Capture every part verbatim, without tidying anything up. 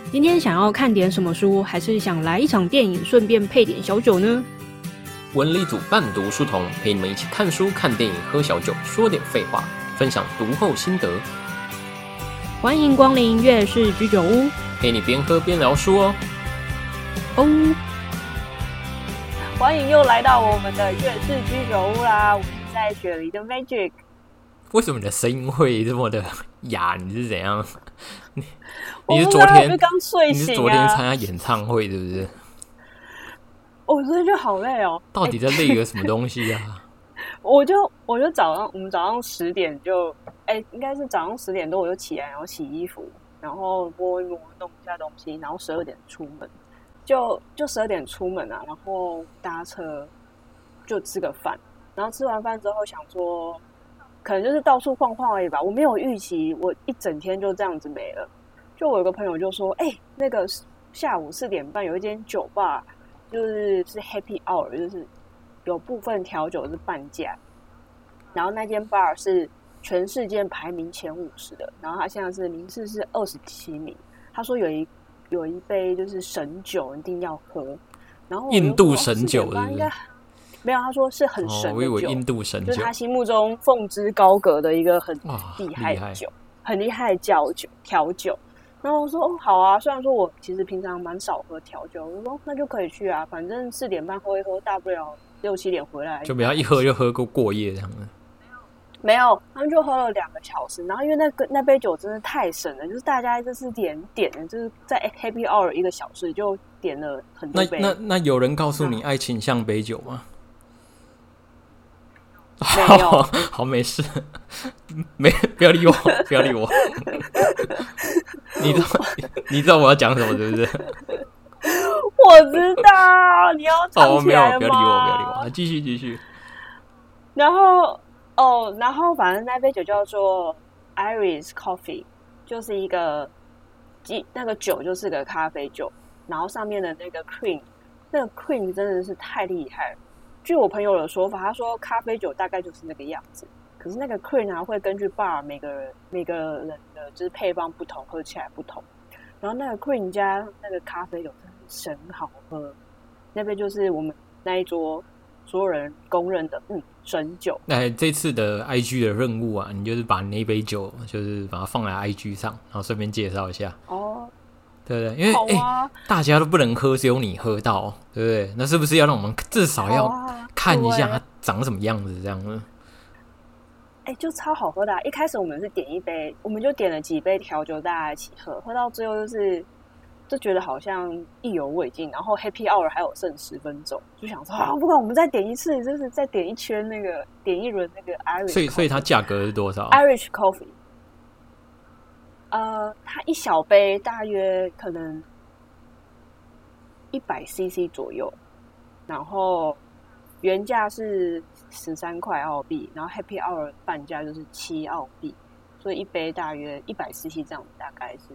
今天想要看点什么书，还是想来一场电影顺便配点小酒呢？ 文理组伴读书童陪你们一起看书、看电影、喝小酒，说点废话，分享读后心得。 欢迎光临月氏居酒屋， 陪你边喝边聊书哦。 哦， 欢迎又来到我们的月氏居酒屋啦！我是在雪梨的 Magic。 为什么你的声音会这么的哑？你是怎样？你你是昨天刚睡醒、啊、 你是昨天参加演唱会是不是？ 我昨天就好累哦。 到底在累个什么东西啊？ 我就我就早上我们早上十点就哎，应该是早上十点多我就起来，然后洗衣服，然后摸一摸弄一下东西，然后十二点出门，就就十二点出门啊，然后搭车就吃个饭，然后吃完饭之后想说。可能就是到处晃晃而已吧，我没有预期，我一整天就这样子没了。就我有个朋友就说：“哎、欸，那个下午四点半有一间酒吧，就是是 Happy Hour， 就是有部分调酒是半价。然后那间 bar 是全世界排名前五十的，然后他现在是名次是二十七名。他说有一有一杯就是神酒一定要喝，然后印度神酒是不是？” 没有，他说是很神的酒、哦、 我以为印度神酒， 就是他心目中奉之高阁的一个很厉害的酒，很厉害的调酒调酒。然后我说哦好啊，虽然说我其实平常蛮少喝调酒，我说那就可以去啊，反正四点半喝一喝，大不了六七点回来， 就不要一喝就喝过过夜这样的。 没有，他们就喝了两个小时，然后因为那个那杯酒真的太神了，就是大家就是点点，就是在 Happy Hour 一个小时就点了很多杯。 那那那有人告诉你爱情像杯酒吗？ 没有， 好，好没事，没不要理我，不要理我。你知道你知道我要讲什么是不是？ 我知道你要唱起来了吗？ 哦，没有，不要理我，不要理我，继续继续。 然后哦，然后反正那杯酒叫做 Irish Coffee， 就是一个那个酒就是个咖啡酒，然后上面的那个 cream， 那个 cream 真的是太厉害了。据我朋友的说法，他说咖啡酒大概就是那个样子，可是那个 cream 啊会根据 bar 每个人每个人的就是配方不同，喝起来不同。然后那个 cream 加那个咖啡酒真的神好喝，那杯就是我们那一桌所有人公认的嗯神酒。 那这次的 I G 的任务啊，你就是把那杯酒就是把它放在 I G 上，然后顺便介绍一下哦。对不对？因为、啊欸、大家都不能喝，只有你喝到，对不对？那是不是要让我们至少要看一下它长什么样子，这样呢？ 哎、欸，就超好喝的、啊！一开始我们是点一杯，我们就点了几杯调酒，大家一起喝，喝到最后就是就觉得好像意犹未尽。然后 Happy Hour 还有剩十分钟，就想说啊，不管我们再点一次，就是再点一圈那个，点一轮那个 Irish Coffee。 所以，所以它价格是多少 ？Irish Coffee。呃，它一小杯大约可能一百 C C 左右，然后原价是十三块澳币，然后 Happy Hour 半价就是七澳币，所以一杯大约一百 C C 这样，大概是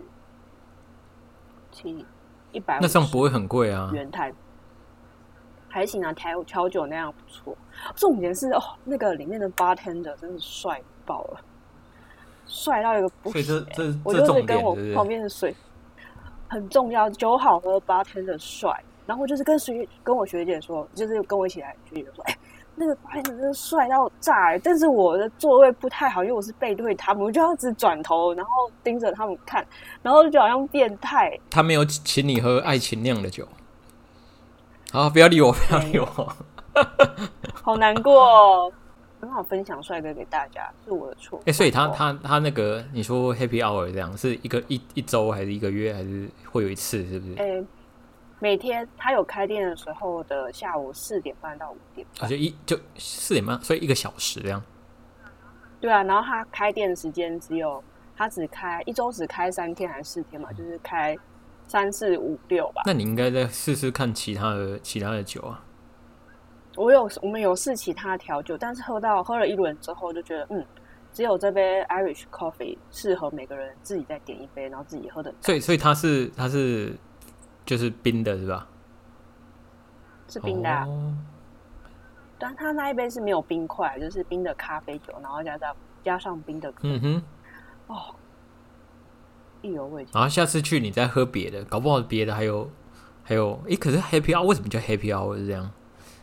七一百。 那这样不会很贵啊？ 原台还行啊，调调酒那样不错。重点是哦，那个里面的 bartender 真是帅爆了。帅到一个不行、欸， 所以这这我就是跟我旁边的水很重要，酒好喝 bartender 帅，然后就是跟学跟我学姐说，就是跟我一起来学姐说，哎、欸，那个 bartender 真的帅到炸、欸，但是我的座位不太好，因为我是背对他们，我就要只转头，然后盯着他们看，然后就好像变态。 他没有请你喝爱情酿的酒，好，不要理我，不要理我， 好难过、哦。很好分享帅哥给大家，是我的错。 哎、欸，所以他他他那个你说 Happy Hour 这样，是一个一一周还是一个月，还是会有一次，是不是？ 哎、欸，每天他有开店的时候的下午四点半到五点半， 啊，就一就四点半，所以一个小时这样。 对啊，然后他开店的时间只有他只开一周只开三天还是四天嘛，就是开三四五六吧。 那你应该再试试看其他的其他的酒啊。 我有我们有试其他调酒，但是喝到喝了一轮之后就觉得，嗯，只有这杯 Irish Coffee 适合每个人自己再点一杯，然后自己喝的。 所以所以它是它是就是冰的是吧？ 是冰的、啊。 哦。 但它那一杯是没有冰块，就是冰的咖啡酒，然后加上加上冰的可乐。 嗯哼。 哦， 意犹未尽。 然后下次去你再喝别的，搞不好别的还有还有，哎，可是 Happy Hour 为什么叫 Happy Hour 是这样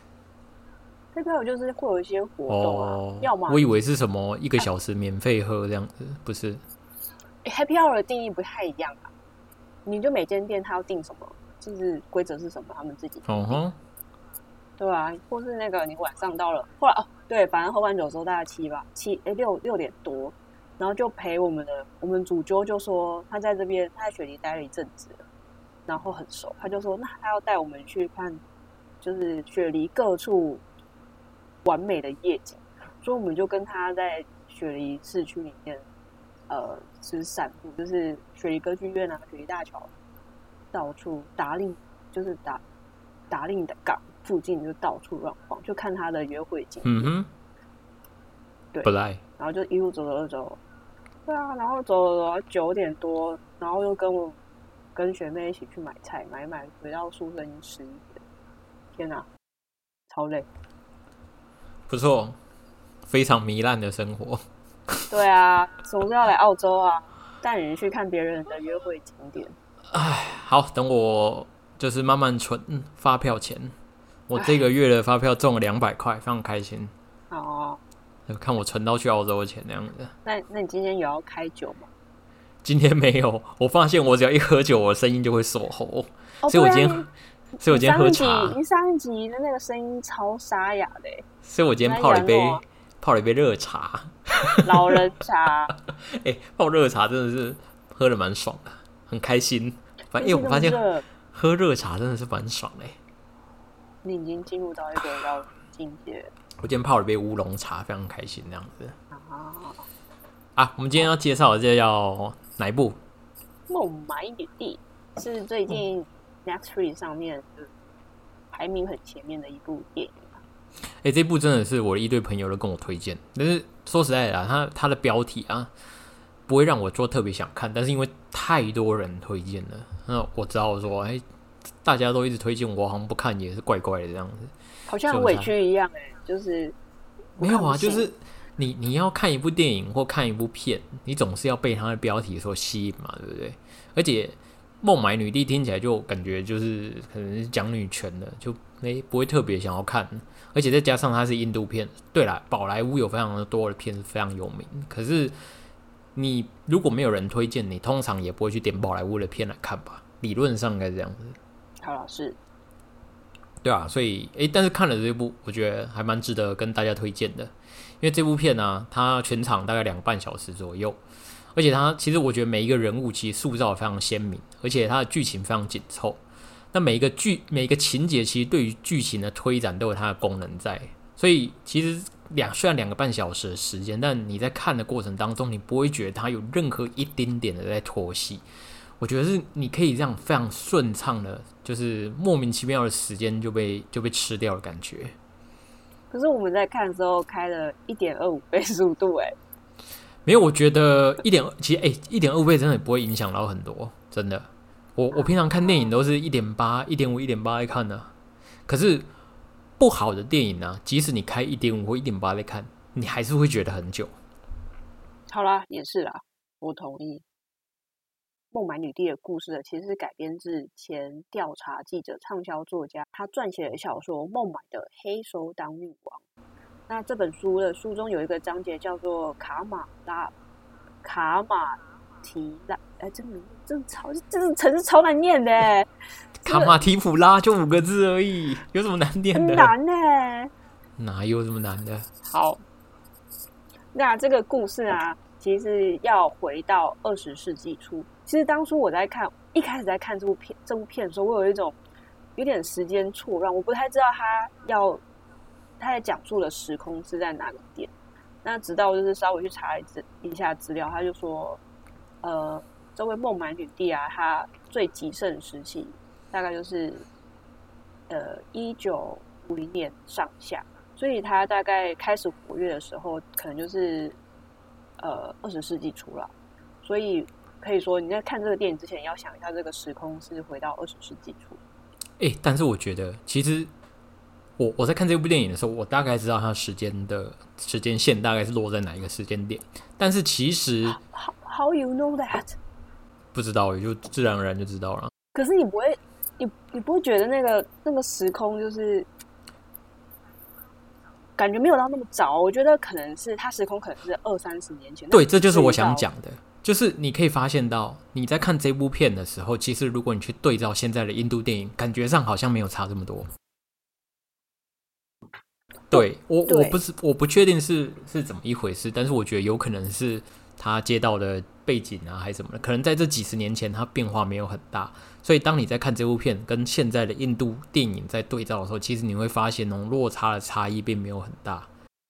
？Happy Hour 就是会有一些活动啊，哦、要么我以为是什么一个小时免费喝这样子，不是 ？Happy Hour 的定义不太一样啊，你就每间店它要定什么，就是规则是什么，他们自己定。哦哼。对啊，或是那个你晚上到了，后来哦，对，反正喝完酒之后大概七吧，七哎六六点多，然后就陪我们的我们主揪就说他在这边他在雪梨待了一阵子了，然后很熟，他就说那他要带我们去看，就是雪梨各处完美的夜景，所以我们就跟他在雪梨市区里面，呃，就是散步，就是雪梨歌剧院啊，雪梨大桥，到处达令就是达达令的港。附近就到处乱晃，就看他的约会景点。嗯哼，对， 不赖。 然后就一路走走走，对啊，然后走走走到九点多，然后又跟我跟学妹一起去买菜，买买回到宿舍已经十一点。天哪，超累。 不错，非常糜烂的生活。 对啊，总是要来澳洲啊，带你去看别人的约会景点。 哎，好，等我就是慢慢存发票钱。我这个月的发票中了两百块，非常开心。哦，看我存到去澳洲的钱那样子。 那那你今天有要开酒吗？ 今天没有，我发现我只要一喝酒，我声音就会锁喉，哦、所以我今天，所以我今天喝茶。 你上一集的那个声音超沙哑的， 所以我今天泡了一杯泡了一杯热茶， 老人茶。 哎、欸，泡热茶真的是喝得蛮爽的，很开心。反正、欸、我发现喝热茶真的是蛮爽的。 你已经进入到一个要境界。 我今天泡了杯乌龙茶，非常开心这样子。啊，啊我们今天要介绍的这叫哪一部？《 孟买女帝》是最近 Netflix 上面排名很前面的一部电影。 哎、欸，这部真的是我的一堆朋友都跟我推荐，但是说实在的啊，它它的标题啊不会让我做特别想看，但是因为太多人推荐了，那我知道说，哎、欸。大家都一直推荐我，好像不看也是怪怪的这样子， 好像很委屈一样哎、欸，就是没有啊，就是你你要看一部电影或看一部片，你总是要被它的标题所吸引嘛，对不对？而且孟买女帝听起来就感觉就是可能是讲女权的，就哎、欸、不会特别想要看，而且再加上它是印度片，对啦，宝莱坞有非常多的片是非常有名，可是你如果没有人推荐，你通常也不会去点宝莱坞的片来看吧？理论上应该是这样子。 好老师， 对啊，所以诶，但是看了这部，我觉得还蛮值得跟大家推荐的，因为这部片呢、啊，它全场大概两个半小时左右，而且它其实我觉得每一个人物其实塑造得非常鲜明，而且它的剧情非常紧凑。那每一个剧每一个情节，其实对于剧情的推展都有它的功能在，所以其实两虽然两个半小时的时间，但你在看的过程当中，你不会觉得它有任何一丁点的在拖戏。我觉得是你可以这样非常顺畅的，就是莫名其妙的时间就被就被吃掉的感觉。 可是我们在看的时候开了一点二五倍速度，哎， 没有，我觉得一点其实哎一点二五倍真的不会影响到很多，真的。我我平常看电影都是一点八、一点五、一点八来看的，可是不好的电影呢、啊，即使你开一点五或一点八来看，你还是会觉得很久。 好啦，也是啦，我同意。孟买女帝的故事其实是改编自前调查记者、畅销作家他撰写的小说《孟买的黑手党女王》。那这本书的书中有一个章节叫做卡马拉卡马提拉，哎，这名这超这个城市超难念的哎， 卡马提普拉就五个字而已，有什么难念的？ 很难哎， 哪有这么难的？ 好，那这个故事啊，其实要回到二十世纪初。其实当初我在看，一开始在看这部片这部片的时候，我有一种有点时间错乱，我不太知道他要他在讲述的时空是在哪个点。那直到就是稍微去查一下资料，他就说，呃，这位孟买女帝啊，她最极盛时期大概就是呃一九五零年上下，所以她大概开始活跃的时候，可能就是呃二十世纪初了，所以。可以说你在看这个电影之前要想一下这个时空是回到二十世纪初。 欸，但是我觉得其实我我在看这部电影的时候，我大概知道它时间的时间线大概是落在哪一个时间点，但是其实 How, how you know that？ 不知道，也就自然而然就知道了。 可是你不会，你你不会觉得那个那个时空就是感觉没有到那么早？我觉得可能是它时空可能是二三十年前。 对，这就是我想讲的，就是你可以发现到你在看这部片的时候，其实如果你去对照现在的印度电影，感觉上好像没有差这么多。对我，我不是我不确定是是怎么一回事，但是我觉得有可能是他接到的背景啊，还是什么的，可能在这几十年前它变化没有很大，所以当你在看这部片跟现在的印度电影在对照的时候，其实你会发现那种落差的差异并没有很大。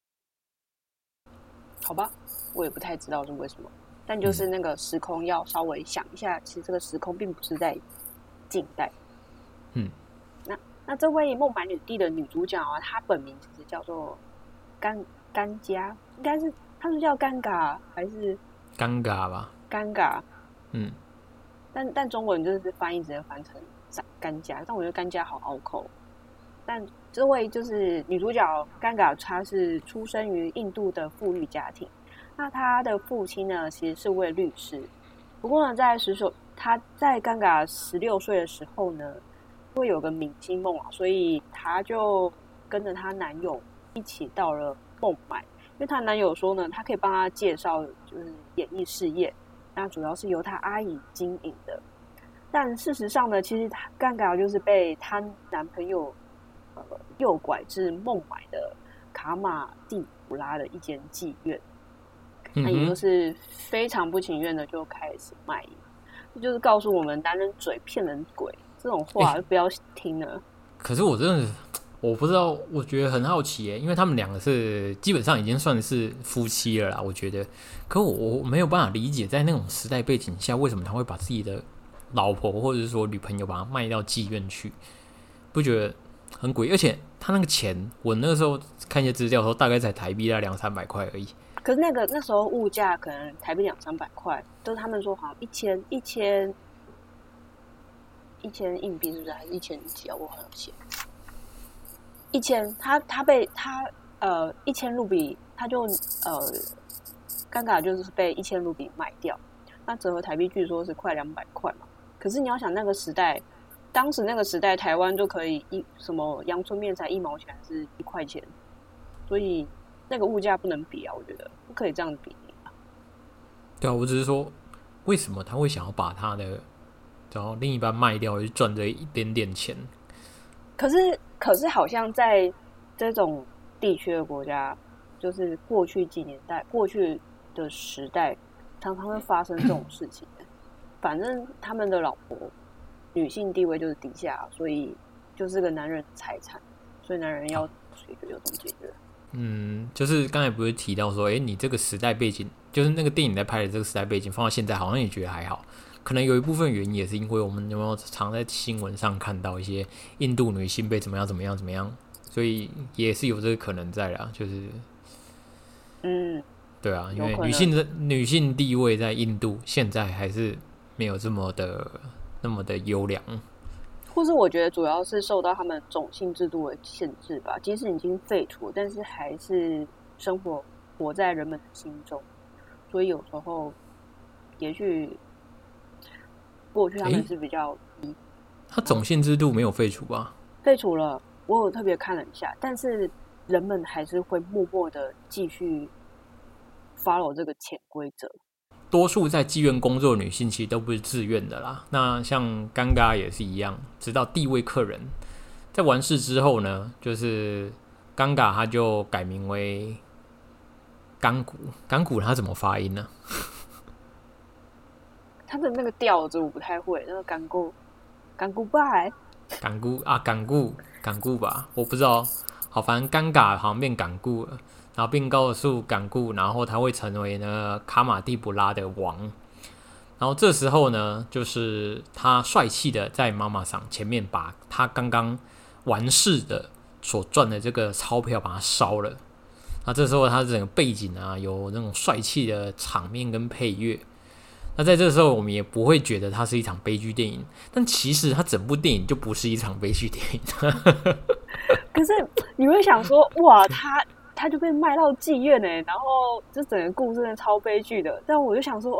好吧，我也不太知道是为什么，但就是那个时空要稍微想一下，其实这个时空并不是在近代。 嗯。 那这位孟买女帝的女主角啊，她本名其实叫做甘甘佳，应该是她是叫甘嘎还是尴尬吧？ 尴尬， 嗯， 但但中文就是翻译直接翻成甘佳，但我觉得甘佳好拗口。但这位就是女主角甘嘎，她是出生于印度的富裕家庭，那她的父亲呢其实是位律师，不过呢，在十九她在甘嘎十六岁的时候呢。会有个明星梦啊，所以她就跟着她男友一起到了孟买，因为她男友说呢，他可以帮她介绍就是演艺事业，那主要是由她阿姨经营的。但事实上呢，其实她尴尬就是被她男朋友呃诱拐至孟买的卡马蒂普拉的一间妓院，那也就是非常不情愿的就开始卖淫，这就是告诉我们男人嘴骗人鬼。这种话就不要听了、欸。 可是我真的我不知道，我觉得很好奇耶，因为他们两个是基本上已经算是夫妻了啦，我觉得。可我我没有办法理解，在那种时代背景下，为什么他会把自己的老婆或者是说女朋友把她卖到妓院去？不觉得很诡异？而且他那个钱，我那个时候看一些资料的时候，大概才台币大概两三百块而已。 可是那个那时候物价可能台币两三百块，都他们说好像一千一千。一千硬币是不是还是一千几啊？我好像写一千，他他被他呃一千卢比，他就呃尴尬就是被一千卢比卖掉，那折合台币据说是快两百块嘛。可是你要想那个时代，当时那个时代台湾就可以一什么阳春面才一毛钱还是一块钱，所以那个物价不能比啊，我觉得不可以这样比啊。 对啊，我只是说为什么他会想要把他的。然后另一半卖掉，就赚这一点点钱。 可是，可是好像在这种地区的国家，就是过去几年代、过去的时代，常常会发生这种事情。反正他们的老婆女性地位就是低下，所以就是个男人的财产，所以男人要解决就怎么解决。 嗯，就是刚才不是提到说，哎，你这个时代背景，就是那个电影在拍的这个时代背景，放到现在好像也觉得还好。可能有一部分原因也是因为我们有没有常在新闻上看到一些印度女性被怎么样怎么样怎么样，所以也是有这个可能在啦。就是嗯， 对啊，因为女性的女性地位在印度现在还是没有这么的那么的优良， 或是我觉得主要是受到他们种姓制度的限制吧。即使已经废除，但是还是生活活在人们的心中，所以有时候也许。过去他们是比较低， 他种姓制度没有废除吧？ 废除了，我有特别看了一下，但是人们还是会默默的继续 follow 这个潜规则。 多数在妓院工作的女性其实都不是自愿的啦。那像尴尬也是一样，直到第一位客人在完事之后呢，就是尴尬他就改名为干谷。干谷他怎么发音呢？ 他的那个调子我不太会，那个干姑干姑拜干姑啊干姑干姑吧，我不知道。好，反正尴尬好像变干姑了，然后并告诉干姑，然后他会成为呢卡马蒂普拉的王。然后这时候呢，就是他帅气的在妈妈桑前面把他刚刚完事的所赚的这个钞票把它烧了。那这时候他整个背景啊，有那种帅气的场面跟配乐。那在这个时候，我们也不会觉得它是一场悲剧电影，但其实它整部电影就不是一场悲剧电影。 可是你会想说，哇，他他就被卖到妓院哎、欸，然后这整个故事真的超悲剧的。但我就想说，哦，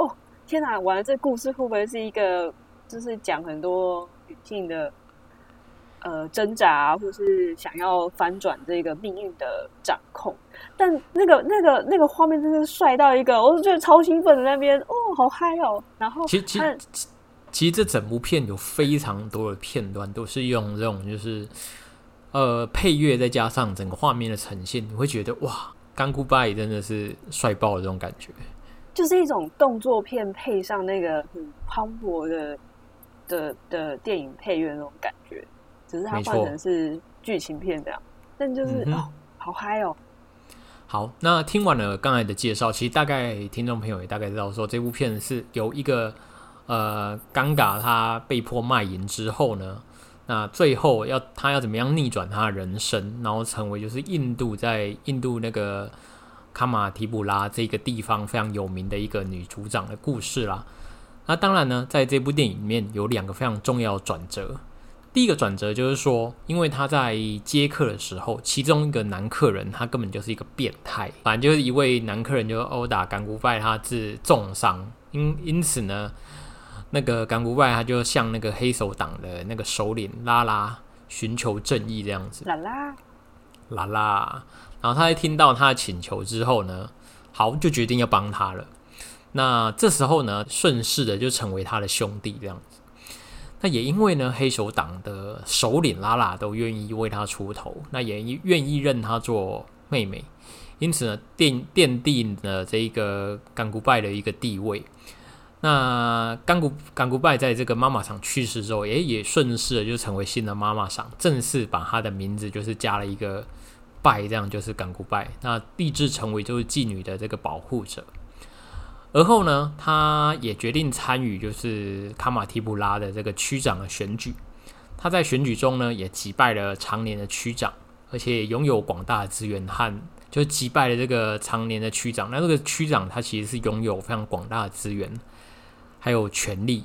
天哪，完了，这故事会不会是一个就是讲很多女性的呃挣扎、啊，或是想要翻转这个命运的掌控？但那个那个那个画面真的帅到一个，我是觉得超兴奋的那边，哦，好嗨哦！然后其实其实其实这整部片有非常多的片段都是用这种就是呃配乐再加上整个画面的呈现，你会觉得哇，干姑拜真的是帅爆的这种感觉。 就是一种动作片配上那个很磅礴的的的电影配乐那种感觉，只是它换成是剧情片这样，但就是、嗯、哦，好嗨哦！ 好，那听完了刚才的介绍，其实大概听众朋友也大概知道说，这部片是由一个呃尴尬他被迫卖淫之后呢，那最后要他要怎么样逆转他的人生，然后成为就是印度在印度那个卡马提普拉这个地方非常有名的一个女组长的故事啦。那当然呢，在这部电影里面有两个非常重要的转折。第一个转折就是说，因为他在接客的时候，其中一个男客人他根本就是一个变态，反正就是一位男客人就殴打甘古拜，他致重伤，因因此呢，那个甘古拜他就向那个黑手党的那个首领拉拉寻求正义这样子。 拉拉， 拉拉，然后他在听到他的请求之后呢，好就决定要帮他了。那这时候呢，顺势的就成为他的兄弟这样子。那也因为呢，黑手党的首领拉拉都愿意为他出头，那也愿意认他做妹妹，因此呢，奠奠定了这个甘古拜的一个地位。那甘古甘古拜在这个妈妈桑去世之后，也也顺势的就成为新的妈妈桑，正式把他的名字就是加了一个拜，这样就是甘古拜。那立志成为就是妓女的这个保护者。而后呢，他也决定参与就是卡马提普拉的这个区长的选举。他在选举中呢，也击败了常年的区长，而且拥有广大的资源和就击败了这个常年的区长。那这个区长他其实是拥有非常广大的资源，还有权力。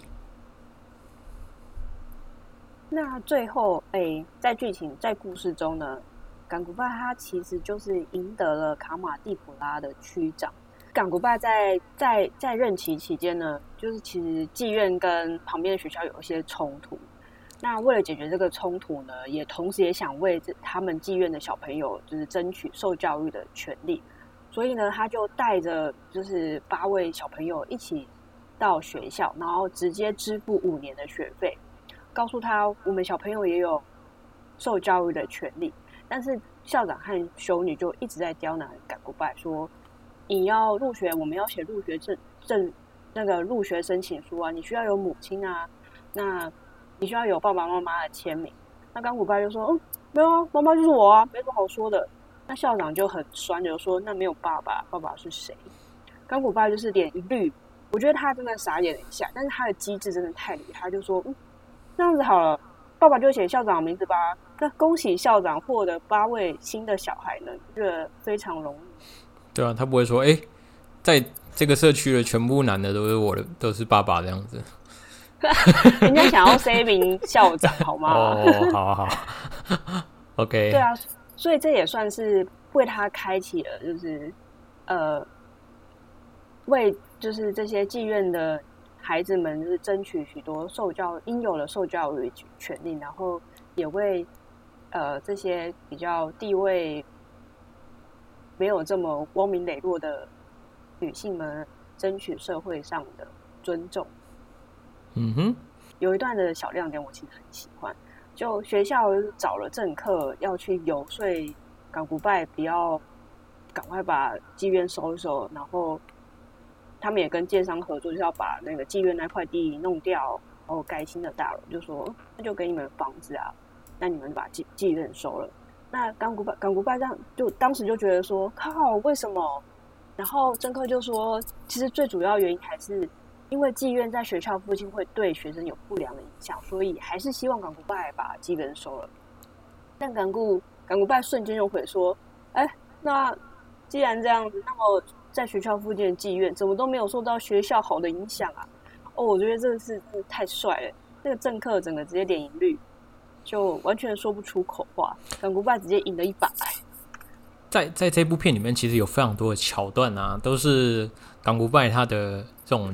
那最后，哎，在剧情在故事中呢，甘古拜他其实就是赢得了卡马蒂普拉的区长。甘古拜在在在任期期间呢，就是其实妓院跟旁边的学校有一些冲突。那为了解决这个冲突呢，也同时也想为他们妓院的小朋友就是争取受教育的权利，所以呢，他就带着就是八位小朋友一起到学校，然后直接支付五年的学费，告诉他我们小朋友也有受教育的权利。但是校长和修女就一直在刁难甘古拜说，你要入学，我们要写入学证证那个入学申请书啊，你需要有母亲啊，那你需要有爸爸妈妈的签名。那甘古拜就说，嗯，没有啊，妈妈就是我啊，没什么好说的。那校长就很酸的说，那没有爸爸，爸爸是谁？甘古拜就是脸一绿，我觉得他真的傻眼了一下，但是他的机智真的太厉害，他就说，嗯，这样子好了，爸爸就写校长的名字吧。那恭喜校长获得八位新的小孩呢，觉得非常容易。 对啊，他不会说，哎、欸，在这个社区的全部男的都是我的，都是爸爸这样子。 人家想要 say 名校长，好吗？ 哦，好好好 ，OK。 对啊，所以这也算是为他开启了，就是呃，为就是这些妓院的孩子们，就是争取许多受教应有的受教育权利，然后也为呃这些比较地位没有这么光明磊落的女性们争取社会上的尊重。 嗯哼， 有一段的小亮点我其实很喜欢，就学校找了政客要去游说甘古拜不要赶快把妓院收一收，然后他们也跟建商合作，就是要把那个妓院那块地弄掉，然后盖新的大楼，就说那就给你们房子啊，那你们把妓妓院收了。那甘古拜甘古拜这样就当时就觉得说靠为什么？然后政客就说其实最主要原因还是因为妓院在学校附近会对学生有不良的影响，所以还是希望甘古拜把妓院收了。但甘古甘古拜瞬间就回说，哎，那既然这样子，那么在学校附近的妓院怎么都没有受到学校好的影响啊？哦，我觉得这个是真的太帅了，那个政客整个直接脸一绿，就完全说不出口话。甘古拜直接赢了一把。 在在这部片里面，其实有非常多的桥段啊，都是甘古拜他的这种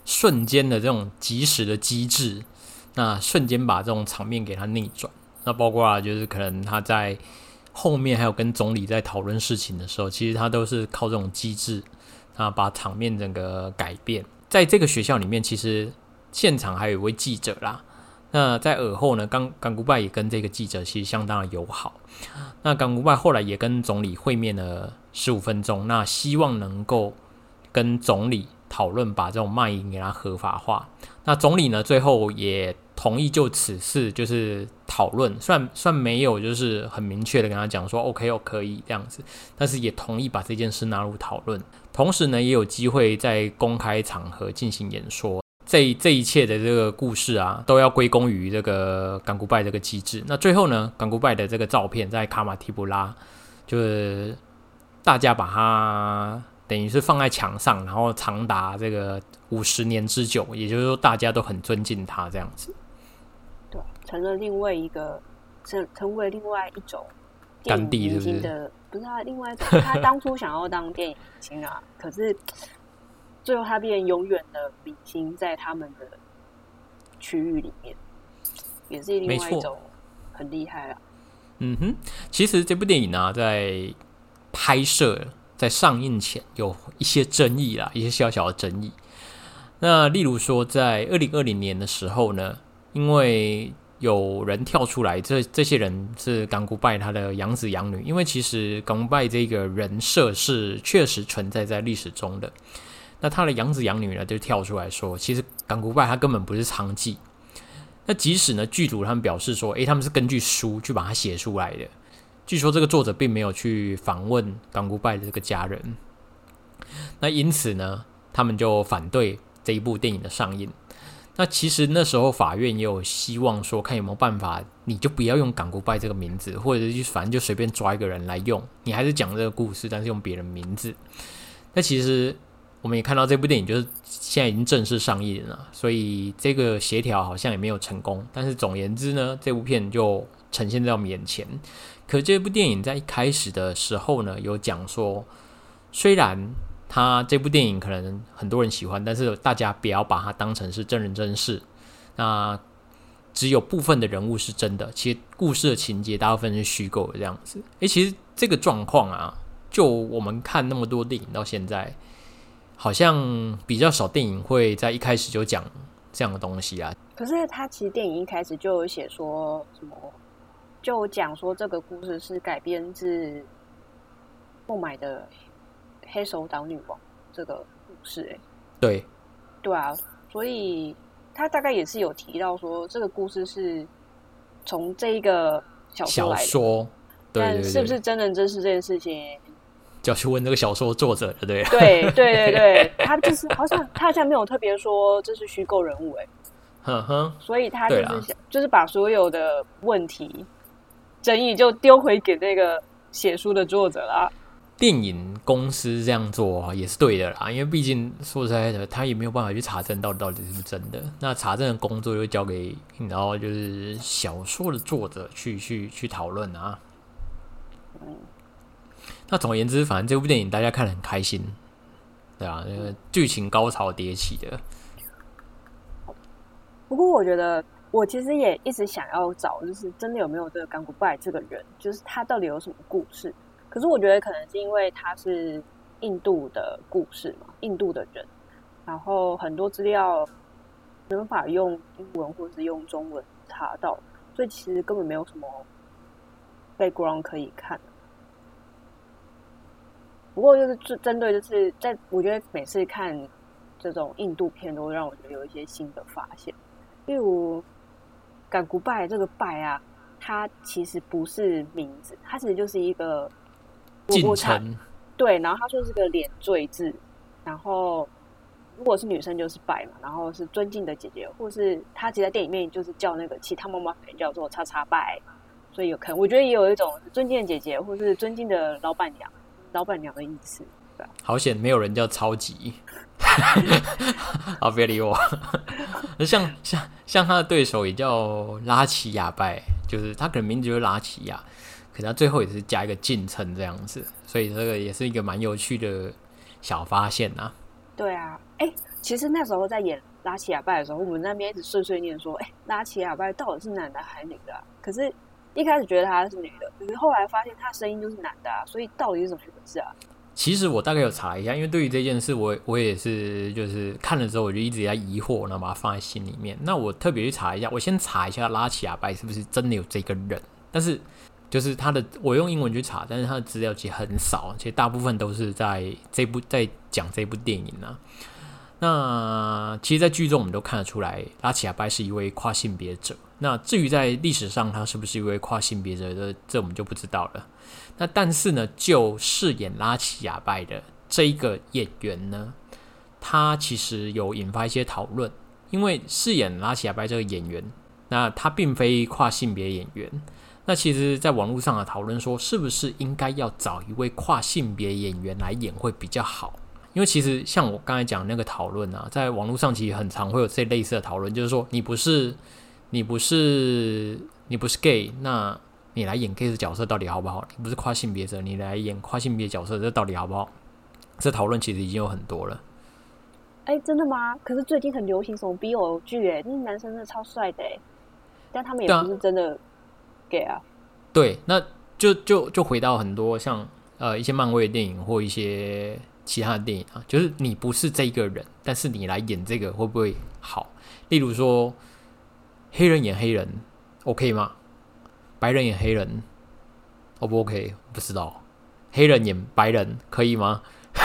瞬间的这种即时的机制，那瞬间把这种场面给它逆转。那包括啊，就是可能他在后面还有跟总理在讨论事情的时候，其实他都是靠这种机制啊，把场面整个改变。在这个学校里面，其实现场还有一位记者啦。那在尔后呢，冈冈古拜也跟这个记者其实相当的友好。那冈古拜后来也跟总理会面了十五分钟，那希望能够跟总理讨论把这种卖淫给它合法化。那总理呢，最后也同意就此事就是讨论，虽然虽然没有就是很明确的跟他讲说 OK 哦可以这样子，但是也同意把这件事纳入讨论。同时呢，也有机会在公开场合进行演说。这这一切的这个故事啊，都要归功于这个冈古拜这个机制。那最后呢，冈古拜的这个照片在卡马提布拉，就是大家把它等于是放在墙上，然后长达这个五十年之久，也就是说大家都很尊敬他这样子。 对，成了另外一个成成为另外一种甘地明星的，不是他另外一种，他当初想要当电影明星啊，可是最后他变永远的明星，在他们的区域里面，也是另外一种很厉害啊。 嗯哼，其实这部电影啊，在拍摄、在上映前有一些争议啦，一些小小的争议。那例如说，在二零二零年的时候呢，因为有人跳出来，这这些人是冈古拜他的养子养女，因为其实冈古拜这个人设是确实存在在历史中的。那他的养子养女呢，就跳出来说，其实冈古拜他根本不是娼妓。那即使呢，剧组他们表示说，诶，他们是根据书去把它写出来的。据说这个作者并没有去访问冈古拜的这个家人。那因此呢，他们就反对这一部电影的上映。那其实那时候法院也有希望说，看有没有办法，你就不要用冈古拜这个名字，或者是反正就随便抓一个人来用，你还是讲这个故事，但是用别人名字。那其实我们也看到这部电影就是现在已经正式上映了，所以这个协调好像也没有成功。但是总而言之呢，这部片就呈现在我们眼前。可这部电影在一开始的时候呢，有讲说，虽然他这部电影可能很多人喜欢，但是大家不要把它当成是真人真事。那只有部分的人物是真的，其实故事的情节大部分是虚构的这样子。诶，其实这个状况啊，就我们看那么多电影到现在，好像比较少电影会在一开始就讲这样的东西啊。 可是他其实电影一开始就有写说什么，就讲说这个故事是改编自孟买的黑手党女王这个故事、欸。 对， 对啊，所以他大概也是有提到说，这个故事是从这一个小说来的。 小说，对对对， 但是不是真人真事这件事情， 就要去问这个小说作者了，对对对对对，他就是好像他好像没有特别说这是虚构人物、欸，哎， 哼哼， 所以他就是想就是把所有的问题争议就丢回给那个写书的作者啦。 电影公司这样做也是对的啦，因为毕竟说实在的，他也没有办法去查证到底到底是不是真的。那查证的工作就交给然后就是小说的作者去去去讨论啊。 嗯， 那总而言之，反正这部电影大家看得很开心，对啊，那个剧情高潮迭起的。 不过我觉得，我其实也一直想要找，就是真的有没有这个冈古拜这个人，就是他到底有什么故事。可是我觉得可能是因为他是印度的故事嘛，印度的人，然后很多资料没办法用英文或是用中文查到，所以其实根本没有什么 background 可以看。不过就是针对，就是在我觉得每次看这种印度片，都会让我觉得有一些新的发现。例如冈古拜这个拜啊，它其实不是名字，它其实就是一个进程， 对，然后它就是个连缀字，然后如果是女生就是拜嘛，然后是尊敬的姐姐，或是他其实在电影里面就是叫那个其他妈妈可能叫做叉叉拜，所以有可能我觉得也有一种尊敬的姐姐或是尊敬的老板娘，老板娘的意思。对， 好险没有人叫超级，好别理我。像像像他的对手也叫拉齐亚拜，就是他可能名字就是拉齐亚。可是他最后也是加一个进程这样子，所以这个也是一个蛮有趣的小发现啊。 对啊，哎， 其实那时候在演拉奇亚拜的时候，我们那边一直碎碎念说，哎、欸，拉奇亚拜到底是男的还是女的、啊？可是一开始觉得她是女的，可是后来发现她声音就是男的啊，所以到底是怎么回事啊？ 其实我大概有查一下，因为对于这件事我，我我也是就是看了之后，我就一直在疑惑，然后把它放在心里面。那我特别去查一下，我先查一下拉奇亚拜是不是真的有这个人，但是就是他的，我用英文去查，但是他的资料其实很少，其实大部分都是在这部在讲这部电影啊。那其实，在剧中我们都看得出来，拉奇亚拜是一位跨性别者。那至于在历史上他是不是一位跨性别者的，这我们就不知道了。那但是呢，就饰演拉奇亚拜的这一个演员呢，他其实有引发一些讨论，因为饰演拉奇亚拜这个演员，那他并非跨性别演员。那其实，在网络上的讨论说，是不是应该要找一位跨性别演员来演会比较好？因为其实像我刚才讲那个讨论啊，在网络上其实很常会有这类似的讨论，就是说你不是你不是你不是 gay， 那你来演 gay 的角色到底好不好？你不是跨性别者，你来演跨性别角色，这到底好不好？这讨论其实已经有很多了。 哎、欸，真的吗？可是最近很流行什么 B L 剧，哎，那男生真的超帅的，哎，但他们也不是真的 gay 啊。 对，那就就就回到很多像呃一些漫威的电影或一些其他的电影啊，就是你不是这个人，但是你来演这个会不会好？例如说，黑人演黑人 ，OK 吗？白人演黑人 ，O 不 OK？ 不知道。黑人演白人可以吗？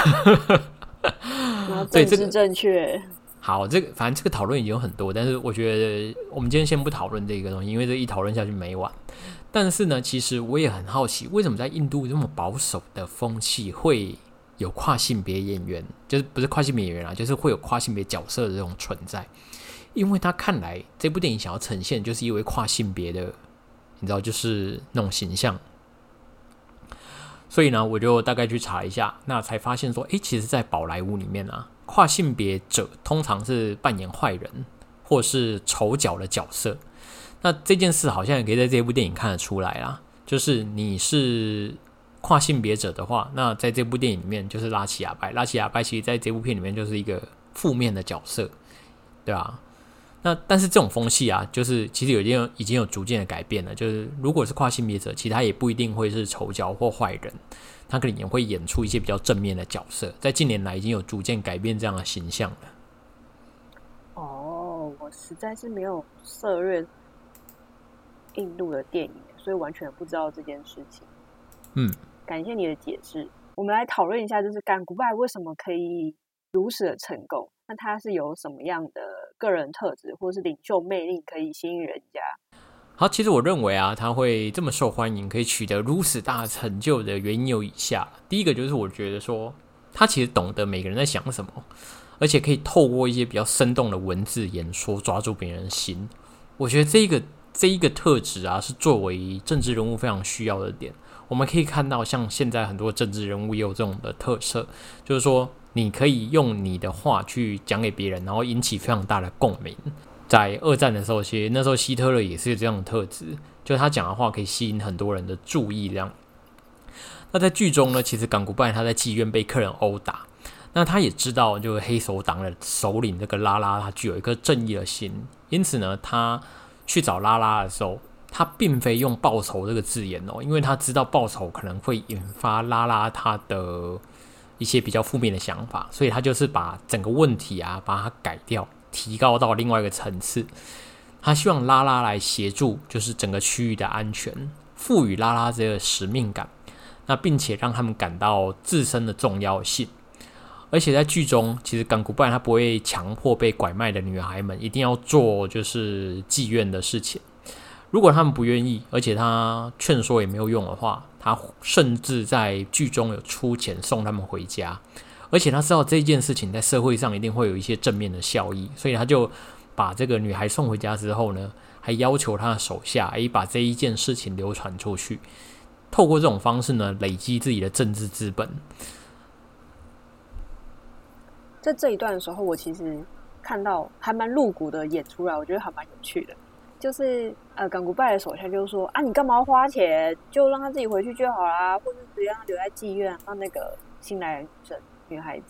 政治正确。 好，这个反正这个讨论已经有很多，但是我觉得我们今天先不讨论这个东西，因为这一讨论下去没完。但是呢，其实我也很好奇，为什么在印度这么保守的风气会有跨性别演员，就是不是跨性别演员啦，就是会有跨性别角色的这种存在？因为他看来这部电影想要呈现就是一位跨性别的，你知道，就是那种形象。所以呢，我就大概去查一下，那才发现说，诶，其实在宝莱坞里面啊，跨性别者通常是扮演坏人或是丑角的角色。那这件事好像也可以在这部电影看得出来啦，就是你是跨性别者的话，那在这部电影里面就是拉奇亚拜，拉奇亚拜其实在这部片里面就是一个负面的角色，对吧？那但是这种风气啊，就是其实已经有已经有逐渐的改变了。就是如果是跨性别者，其实他也不一定会是丑角或坏人，他可能也会演出一些比较正面的角色。在近年来已经有逐渐改变这样的形象了。 哦，我实在是没有涉猎印度的电影，所以完全不知道这件事情。 嗯， 感谢你的解释。我们来讨论一下，就是甘古拜为什么可以如此的成功？那他是有什么样的个人特质或是领袖魅力可以吸引人家？ 好，其实我认为啊，他会这么受欢迎，可以取得如此大成就的原因有以下。第一个就是我觉得说，他其实懂得每个人在想什么，而且可以透过一些比较生动的文字演说抓住别人的心。我觉得这一个这一个特质啊，是作为政治人物非常需要的点。我们可以看到，像现在很多政治人物也有这种的特色，就是说你可以用你的话去讲给别人，然后引起非常大的共鸣。在二战的时候，其实那时候希特勒也是有这样的特质，就是他讲的话可以吸引很多人的注意。这样，那在剧中呢，其实冈古拜他在妓院被客人殴打，那他也知道，就是黑手党的首领这个拉拉，他具有一颗正义的心，因此呢，他去找拉拉的时候，他并非用报仇这个字眼哦，因为他知道报仇可能会引发拉拉他的一些比较负面的想法，所以他就是把整个问题啊，把它改掉，提高到另外一个层次。他希望拉拉来协助，就是整个区域的安全，赋予拉拉这个使命感，那并且让他们感到自身的重要性。而且在剧中，其实冈古拜他不会强迫被拐卖的女孩们一定要做就是妓院的事情。如果他们不愿意，而且他劝说也没有用的话，他甚至在剧中有出钱送他们回家。而且他知道这件事情在社会上一定会有一些正面的效益，所以他就把这个女孩送回家之后呢，还要求他的手下诶把这一件事情流传出去，透过这种方式呢，累积自己的政治资本。 在这一段的时候，我其实看到还蛮露骨的演出来，我觉得还蛮有趣的。就是呃，冈古拜的手下就说啊，你干嘛要花钱？就让他自己回去就好啦，或者直接让他留在妓院，让那个新来的女生女孩子。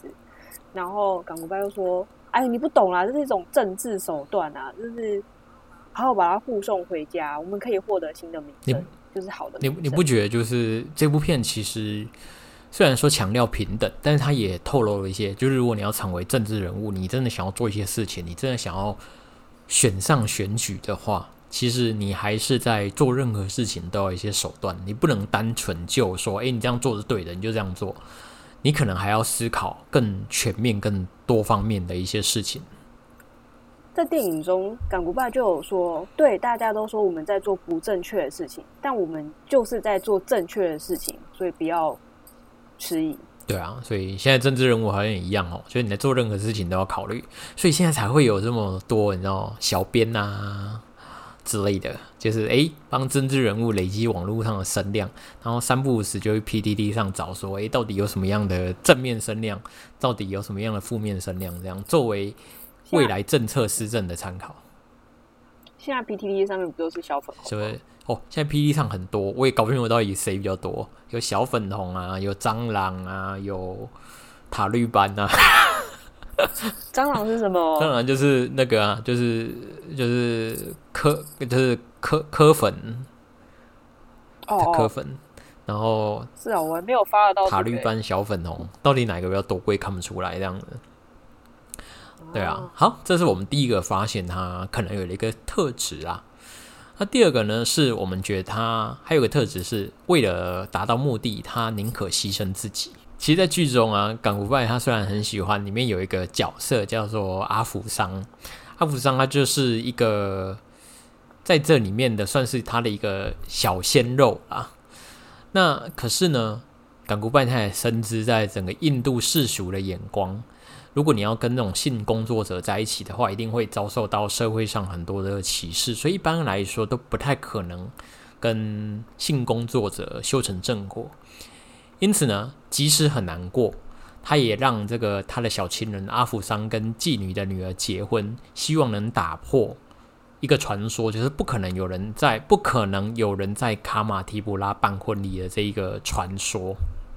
然后港古拜又说：“哎，你不懂啦，这是一种政治手段啊，就是好好把他护送回家，我们可以获得新的名声，就是好的名声。” 你你不觉得就是这部片其实虽然说强调平等，但是它也透露了一些，就是如果你要成为政治人物，你真的想要做一些事情，你真的想要选上选举的话，其实你还是在做任何事情都有一些手段，你不能单纯就说哎，你这样做是对的，你就这样做，你可能还要思考更全面更多方面的一些事情。 在电影中港古拜就有说，对，大家都说我们在做不正确的事情，但我们就是在做正确的事情，所以不要迟疑。 对啊，所以现在政治人物好像也一样哦，就是你在做任何事情都要考虑，所以现在才会有这么多你知道小编啊之类的，就是哎帮政治人物累积网络上的声量，然后三不五时就去 P T T 上找说，哎到底有什么样的正面声量，到底有什么样的负面声量，这样作为未来政策施政的参考。 现在 P T T 上面不都是小粉红吗？ 是不是？哦，现在 P T T 上很多，我也搞不清楚到底谁比较多，有小粉红啊，有蟑螂啊，有塔绿班啊。 蟑螂是什么？ 蟑螂就是那个啊，就是就是科就是科科粉哦， 科粉，然后是啊，我还没有发得到、这个、 塔绿班小粉红，到底哪个比较多，我也看不出来这样子。对啊，好，这是我们第一个发现它可能有一个特质啊。那第二个呢，是我们觉得它还有个特质是为了达到目的，他宁可牺牲自己。其实，在剧中啊，港古拜他虽然很喜欢，里面有一个角色叫做阿福桑，阿福桑他就是一个在这里面的算是他的一个小鲜肉啊。那可是呢，港古拜他也深知在整个印度世俗的眼光。如果你要跟那种性工作者在一起的话，一定会遭受到社会上很多的歧视，所以一般来说都不太可能跟性工作者修成正果。因此呢，即使很难过，他也让这个他的小情人阿福桑跟妓女的女儿结婚，希望能打破一个传说，就是不可能有人在不可能有人在卡马提布拉办婚礼的这一个传说。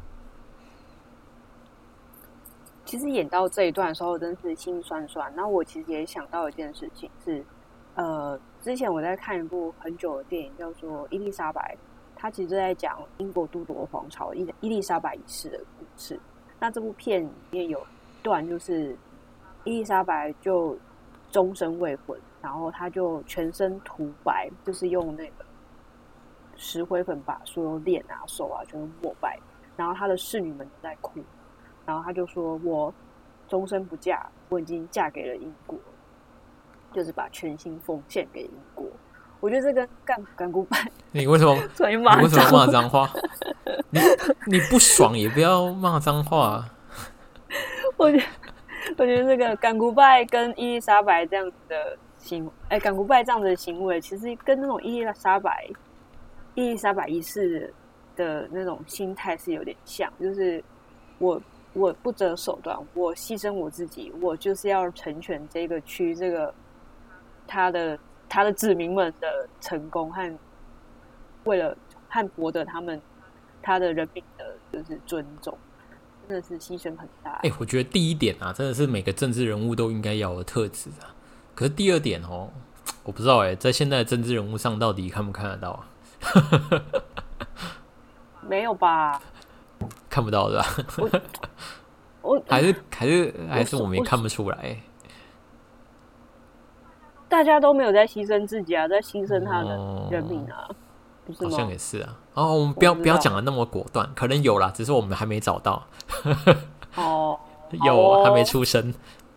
其实演到这一段的时候，真是心酸酸。然后我其实也想到一件事情是，呃，之前我在看一部很久的电影，叫做《伊丽莎白》，它其实在讲英国都铎皇朝伊伊丽莎白一世的故事。那这部片里面有一段，就是伊丽莎白就终身未婚，然后她就全身涂白，就是用那个石灰粉把所有脸啊、手啊全部抹白，然后她的侍女们都在哭。然后他就说：“我终身不嫁，我已经嫁给了英国，就是把全心奉献给英国。”我觉得这跟干干古拜， 你为什么？ 你为什么骂脏话？你你不爽也不要骂脏话。 我觉得，我觉得这个干古拜跟伊丽莎白这样子的行，哎，干古拜这样子的行为，其实跟那种伊丽莎白、伊丽莎白一世的那种心态是有点像，就是我。我不择手段，我牺牲我自己，我就是要成全这个区这个他的他的子民们的成功和为了和博得他们他的人民的就是尊重，真的是牺牲很大。 哎、欸，我觉得第一点啊，真的是每个政治人物都应该要有的特质啊。可是第二点哦，我不知道哎、欸，在现在的政治人物上到底看不看得到啊？ 没有吧？ 看不到的、啊， 我我还是还是还是我们也看不出来。 大家都没有在牺牲自己啊，在牺牲他的人民啊，哦、不是吗？ 好像也是啊。哦，我们不要不要讲的那么果断，可能有啦，只是我们还没找到。 哦， 有、 哦、 还没出生。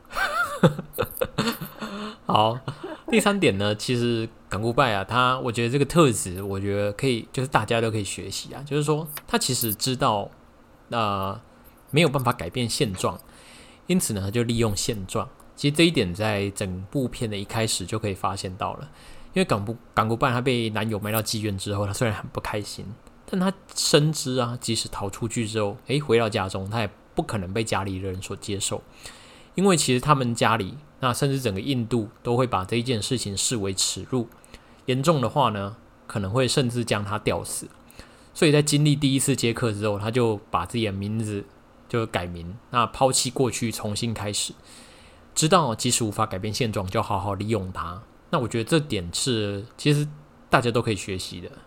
好，第三点呢，其实港古拜啊，他我觉得这个特质，我觉得可以，就是大家都可以学习啊。就是说，他其实知道，呃，没有办法改变现状，因此呢，他就利用现状。其实这一点在整部片的一开始就可以发现到了。因为港古港古拜他被男友卖到妓院之后，他虽然很不开心，但他深知啊，即使逃出去之后，诶，回到家中，他也不可能被家里人所接受。因为其实他们家里，那甚至整个印度都会把这一件事情视为耻辱，严重的话呢，可能会甚至将他吊死。所以在经历第一次接客之后，他就把自己的名字就改名，那抛弃过去，重新开始，知道即使无法改变现状，就好好利用它。那我觉得这点是其实大家都可以学习的。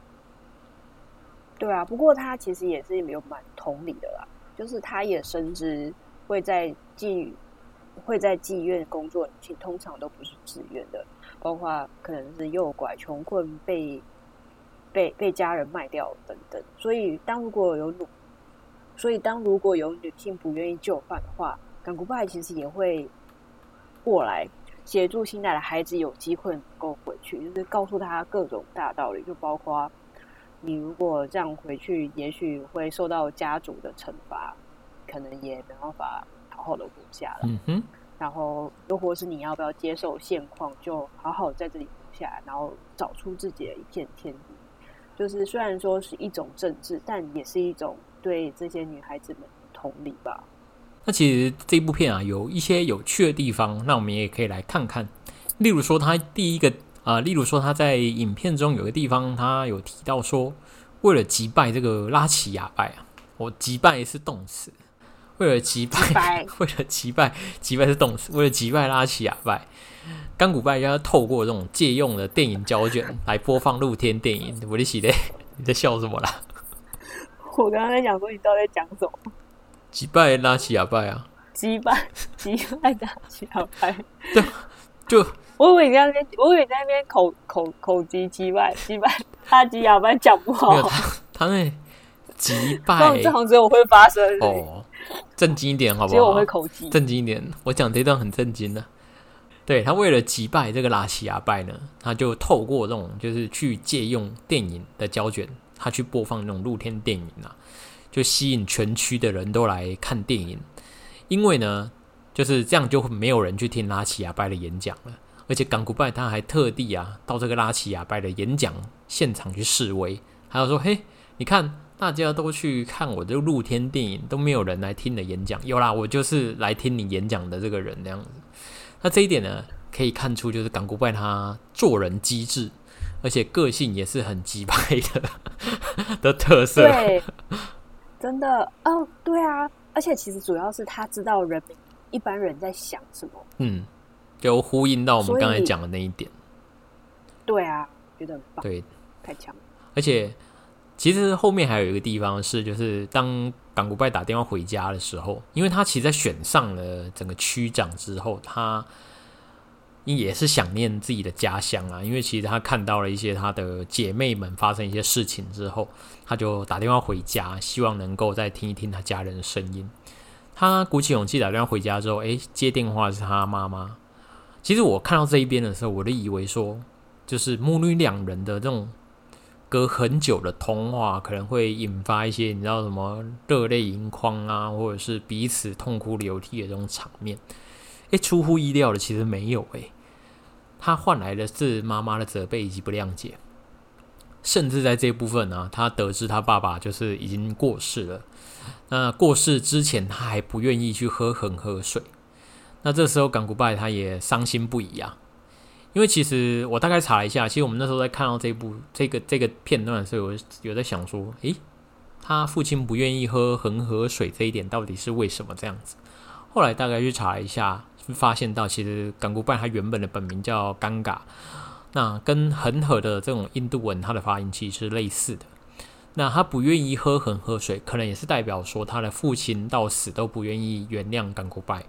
对啊，不过他其实也是有蛮同理的啦，就是他也深知会在妓会在妓院工作的女性通常都不是自愿的，包括可能是诱拐、穷困、被被被家人卖掉等等。所以当如果有女，所以当如果有女性不愿意就范的话，港古拜其实也会过来协助新来的孩子有机会能够回去，就是告诉他各种大道理，就包括你如果这样回去，也许会受到家族的惩罚，可能也没办法好好的活下来。 嗯哼， 然后又或是你要不要接受现况，就好好在这里活下来，然后找出自己的一片天地。就是虽然说是一种政治，但也是一种对这些女孩子们的同理吧。 那其实这部片啊有一些有趣的地方，那我们也可以来看看。例如说，他第一个啊、呃，例如说他在影片中有个地方，他有提到说，为了击败这个拉齐亚拜啊，我击败是动词，为了击败，为了击败，击败是动词，为了击败拉齐亚拜，冈古拜要透过这种借用的电影胶卷来播放露天电影。我的喜嘞，你在笑什么啦？ 我刚刚在讲说你到底在讲什么？ 击败拉齐亚拜啊！ 击败击败拉齐亚拜， 对，就我以为你在那边，我以为你在那边口口口击击败击败拉齐亚拜讲不好， 没有他他那击败， 这好像只有我会发生哦，正经一点好不好？ 只有我会口击， 正经一点。我讲这段很正经的。对，他为了击败这个拉齐亚拜呢，他就透过这种就是去借用电影的胶卷，他去播放那种露天电影啊，就吸引全区的人都来看电影。因为呢，就是这样就没有人去听拉齐亚拜的演讲了。而且冈古拜他还特地啊到这个拉齐亚拜的演讲现场去示威，还有说：“嘿，你看大家都去看我的露天电影，都没有人来听你的演讲。有啦，我就是来听你演讲的这个人这样子。”那这一点呢，可以看出就是冈古拜他做人机智，而且个性也是很鸡掰的的特色。 对，真的哦，对啊，而且其实主要是他知道人民一般人在想什么， 嗯，就呼应到我们刚才讲的那一点。 对啊，觉得很棒， 对， 太强了。 而且其实后面还有一个地方是，就是当冈古拜打电话回家的时候，因为他其实在选上了整个区长之后，他也是想念自己的家乡啊。因为其实他看到了一些他的姐妹们发生一些事情之后，他就打电话回家，希望能够再听一听他家人的声音。他鼓起勇气打电话回家之后，诶，接电话是他妈妈。其实我看到这一边的时候，我就以为说，就是母女两人的这种隔很久的通话可能会引发一些你知道什么热泪盈眶啊，或者是彼此痛哭流涕的这种场面。诶，出乎意料的其实没有诶，他换来的是妈妈的责备以及不谅解。甚至在这部分呢、啊，他得知他爸爸就是已经过世了。那过世之前，他还不愿意去喝恒河水。那这时候冈古拜他也伤心不已啊。因为其实我大概查了一下，其实我们那时候在看到这部这个这个片段的时候，有有在想说，诶，他父亲不愿意喝恒河水这一点到底是为什么这样子？后来大概去查了一下，发现到其实冈古拜他原本的本名叫甘嘎，那跟恒河的这种印度文，它的发音其实是类似的。那他不愿意喝恒河水，可能也是代表说他的父亲到死都不愿意原谅冈古拜。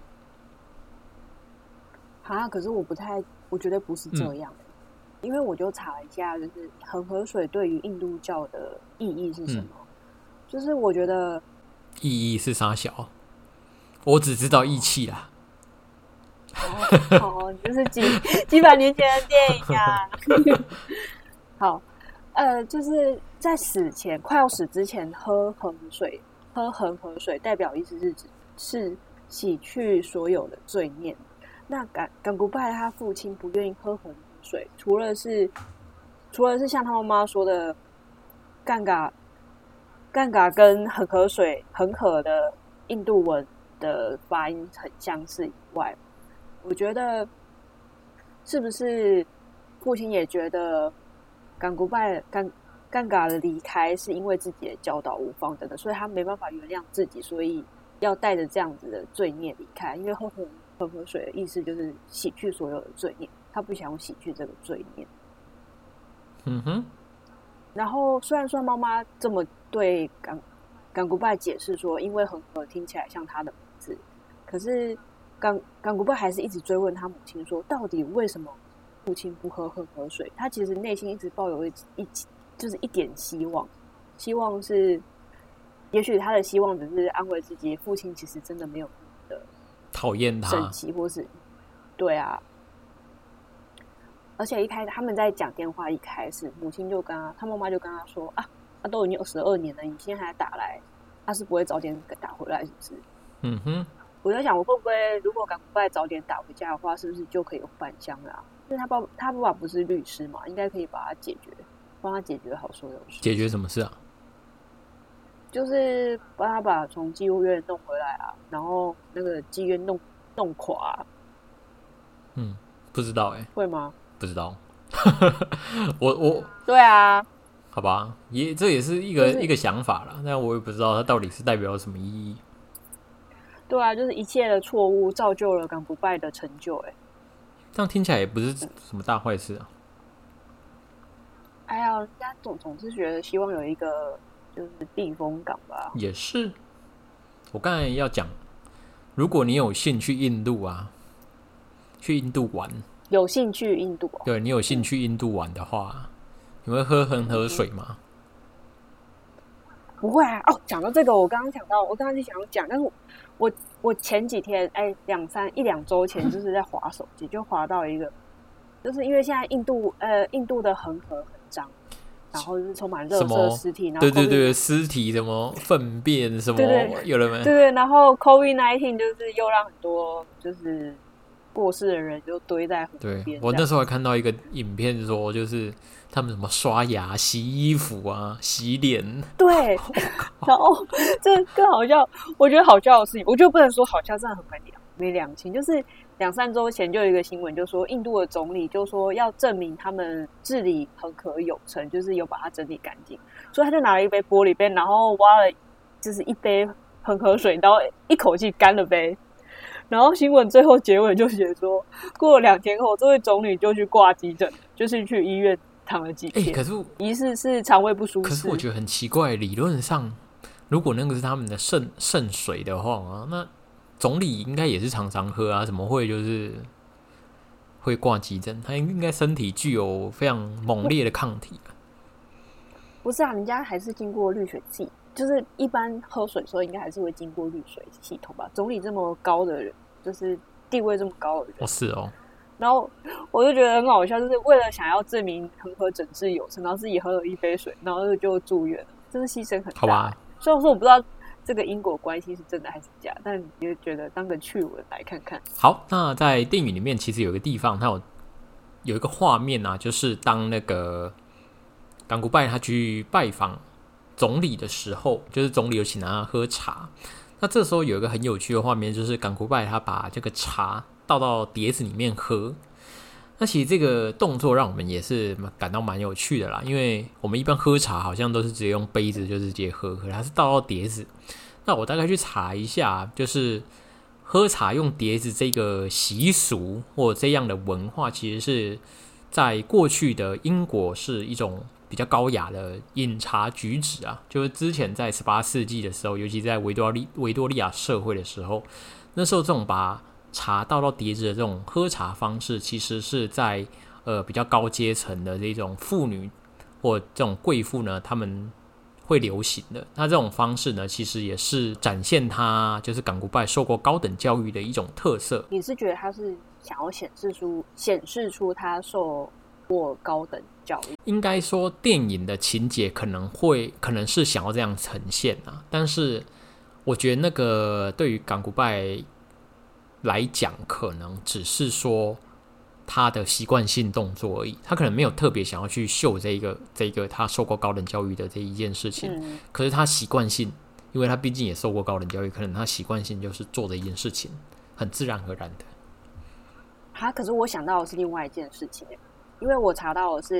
啊，可是我不太，我觉得不是这样、欸嗯、因为我就查了一下，就是恒河水对于印度教的意义是什么？嗯、就是我觉得意义是啥小，我只知道义气啦。 哦，就是几几百年前的电影啊。好，呃，就是在死前快要死之前喝恒水，喝恒河水，代表意思是指是洗去所有的罪孽。那冈冈古拜他父亲不愿意喝恒河水，除了是除了是像他妈妈说的干嘎干嘎跟恒河水恒河的印度文的发音很相似以外，我觉得是不是父亲也觉得冈古拜干干嘎的离开是因为自己的教导无方等等，所以他没办法原谅自己，所以要带着这样子的罪孽离开，因为喝恒恒河水的意思就是洗去所有的罪孽，他不想洗去这个罪孽。 嗯哼。 然后虽然说妈妈这么对港港古拜解释说，因为恒河听起来像他的名字，可是港港古拜还是一直追问他母亲说，到底为什么父亲不喝恒河水？他其实内心一直抱有一一就是一点希望，希望是。也许他的希望只是安慰自己，父亲其实真的没有的讨厌他， 生气或是对啊。而且一开始他们在讲电话，一开始母亲就跟他，他妈妈就跟他说啊，他都已经十二年了，你现在还打来，他是不会早点打回来，是不是？ 嗯哼。 我在想，我会不会如果赶不快早点打回家的话，是不是就可以有返乡了、啊？因为他爸他爸爸不是律师嘛，应该可以把他解决，帮他解决好所有事。 解决什么事啊？ 就是帮他把从妓务院弄回来啊，然后那个妓院弄弄垮、啊。 嗯，不知道哎、欸， 会吗？ 不知道。我我对啊， 好吧，也这也是一个、 就是、 一个想法啦，但我也不知道它到底是代表什么意义。 对啊，就是一切的错误造就了港不败的成就、欸，哎， 这样听起来也不是什么大坏事啊。 哎呀，人家总总是觉得希望有一个。就是避风港吧， 也是。我刚才要讲，如果你有兴趣印度啊，去印度玩， 有兴趣印度、哦， 对你有兴趣印度玩的话，你会喝恒河水吗？ 不会啊。哦，讲到这个，我刚刚想到，我刚刚就想讲，但是我我我前几天，哎，两三一两周前，就是在滑手机，就滑到一个，就是因为现在印度呃印度的恒河很脏。然后就是充满垃圾尸体，然后对对对，尸体什么粪便什么，对对有了没？ 对对，然后 COVID 十九 就是又让很多就是过世的人就堆在河边。 对，我那时候还看到一个影片说，就是他们什么刷牙、洗衣服啊、洗脸。 对，然后这更好笑，我觉得好笑的事情，我觉得不能说好笑，真的很没良没良心，就是。两三周前就有一个新闻，就说印度的总理就说要证明他们治理恒河有成，就是有把它整理干净，所以他就拿了一杯玻璃杯，然后挖了就是一杯恒河水，然后一口气干了杯。然后新闻最后结尾就写说，过了两天后，这位总理就去挂急诊，就是去医院躺了几天。 欸、可是疑似是肠胃不舒适。 可是我觉得很奇怪，理论上，如果那个是他们的肾肾水的话啊，那总理应该也是常常喝啊，怎么会就是会挂急诊？他应该身体具有非常猛烈的抗体、啊。 不是啊，人家还是经过滤水器，就是一般喝水的时候应该还是会经过滤水系统吧。总理这么高的人，就是地位这么高的人， 哦是哦。 然后我就觉得很好笑，就是为了想要证明恒河整治有成，然后自己喝了一杯水，然后就住院了，真是牺牲很大。 好吧， 虽然说我不知道这个因果关系是真的还是假，但你就觉得当个趣闻来看看。 好，那在电影里面其实有一个地方，它有有一个画面啊，就是当那个港古拜他去拜访总理的时候，就是总理有请他喝茶。那这时候有一个很有趣的画面，就是港古拜他把这个茶倒到碟子里面喝。那其实这个动作让我们也是感到蛮有趣的啦，因为我们一般喝茶好像都是直接用杯子就直接喝，可是它是倒到碟子。那我大概去查一下，就是喝茶用碟子这个习俗或这样的文化，其实是在过去的英国是一种比较高雅的饮茶举止啊。就是之前在十八世纪的时候，尤其在维多利维多利亚社会的时候，那时候这种把茶倒到碟子的这种喝茶方式，其实是在呃比较高阶层的这种妇女或这种贵妇呢，他们会流行的。那这种方式呢，其实也是展现他就是港古拜受过高等教育的一种特色。 你是觉得他是想要显示出显示出他受过高等教育？ 应该说电影的情节可能会可能是想要这样呈现啊，但是我觉得那个对于港古拜来讲，可能只是说他的习惯性动作而已，他可能没有特别想要去秀这个这个他受过高等教育的这一件事情、嗯、可是他习惯性，因为他毕竟也受过高等教育，可能他习惯性就是做的一件事情，很自然而然的。 啊，可是我想到的是另外一件事情，因为我查到的是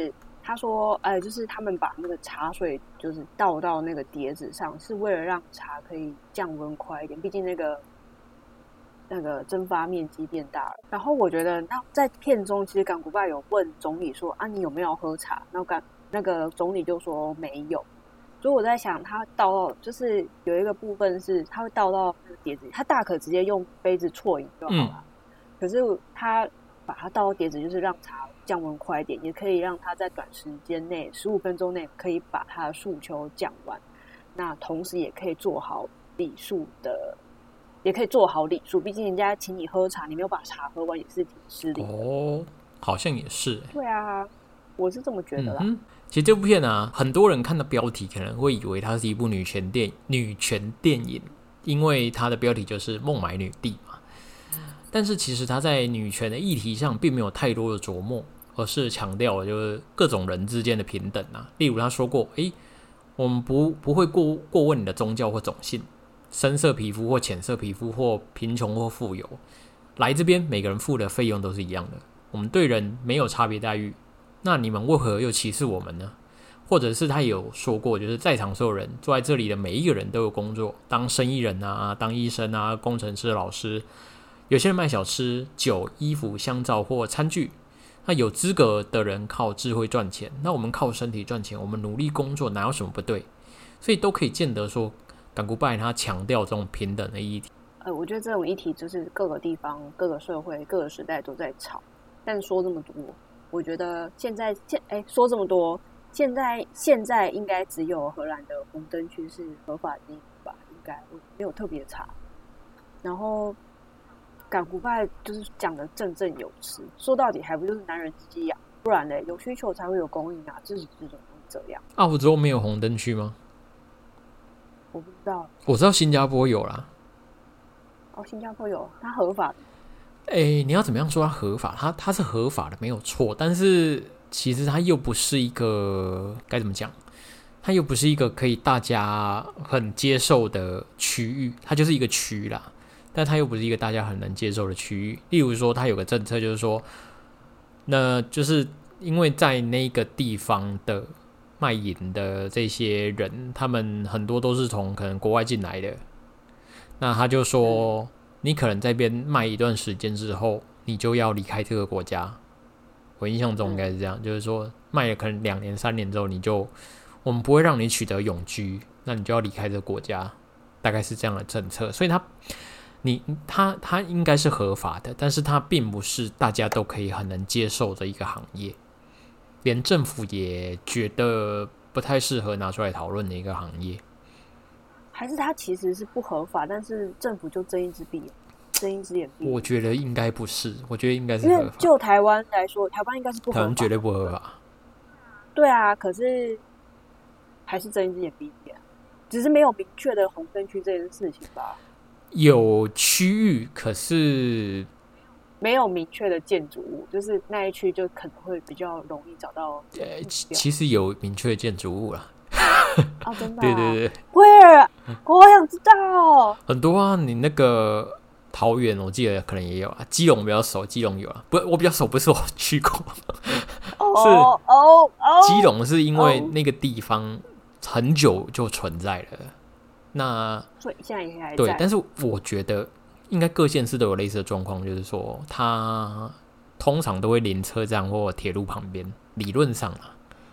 他说，哎，就是他们把那个茶水就是倒到那个碟子上，是为了让茶可以降温快一点，毕竟那个那个蒸发面积变大了。然后我觉得，那在片中，其实港古拜有问总理说啊，你有没有喝茶？然后港那个总理就说没有。所以我在想，他倒到就是有一个部分是他会倒到那个碟子，他大可直接用杯子啜饮就好了。嗯、可是他把它倒到碟子，就是让茶降温快一点，也可以让它在短时间内十五分钟内可以把它的诉求降完。那同时也可以做好礼数的，也可以做好礼数。毕竟人家请你喝茶，你没有把茶喝完也是挺失礼的。 哦，好像也是。 对啊，我是这么觉得啦。 嗯其实这部片啊，很多人看的标题可能会以为它是一部女权电女权电影，因为它的标题就是孟买女帝嘛。但是其实它在女权的议题上并没有太多的琢磨，而是强调就是各种人之间的平等啊。例如他说过，诶，我们不不会过过问你的宗教或种姓，深色皮肤或浅色皮肤或贫穷或富有，来这边每个人付的费用都是一样的，我们对人没有差别待遇。那你们为何又歧视我们呢？或者是他有说过，就是在场所有人坐在这里的每一个人都有工作，当生意人啊，当医生啊，工程师、老师，有些人卖小吃、酒、衣服、香皂或餐具。那有资格的人靠智慧赚钱，那我们靠身体赚钱，我们努力工作，哪有什么不对？所以都可以见得说，港古拜他强调这种平等的议题。 呃，我觉得这种议题就是各个地方、各个社会、各个时代都在吵，但说这么多。我觉得现在现哎说这么多，现在现在应该只有荷兰的红灯区是合法经营吧？应该我没有特别查。然后港古拜就是讲的振振有词，说到底还不就是男人自己养，不然嘞有需求才会有供应啊，自始至终都是这样。 澳洲没有红灯区吗？ 我不知道， 我知道新加坡有啦。 哦，新加坡有，它合法的。 欸，你要怎么样说它合法？它它是合法的，没有错。但是其实它又不是一个该怎么讲？它又不是一个可以大家很接受的区域，它就是一个区啦。但它又不是一个大家很能接受的区域。例如说，它有个政策就是说，那就是因为在那个地方的卖淫的这些人，他们很多都是从可能国外进来的。那他就说。嗯你可能在边卖一段时间之后，你就要离开这个国家。我印象中应该是这样，嗯、就是说卖了可能两年、三年之后，你就我们不会让你取得永居，那你就要离开这个国家，大概是这样的政策。所以它，你它它应该是合法的，但是它并不是大家都可以很能接受的一个行业，连政府也觉得不太适合拿出来讨论的一个行业。 还是它其实是不合法，但是政府就睁一只闭睁一只眼闭。 我觉得应该不是，我觉得应该是合法。 因为就台湾来说，台湾应该是不合法， 台湾绝对不合法。 对啊，可是还是睁一只眼闭一只眼，只是没有明确的红灯区这件事情吧。 有区域，可是没有明确的建筑物，就是那一区就可能会比较容易找到。 呃，其实有明确的建筑物啦。 哦，真的、啊？ 对对对 ，Where？ 我好想知道。 很多啊，你那个桃园，我记得可能也有啊。基隆比较熟，基隆有啊。不，我比较熟，不是我去过。 哦是哦哦， 基隆是因为那个地方很久就存在了，那所以现在也还在。 对，但是我觉得应该各县市都有类似的状况，就是说它通常都会临车站或铁路旁边，理论上啊。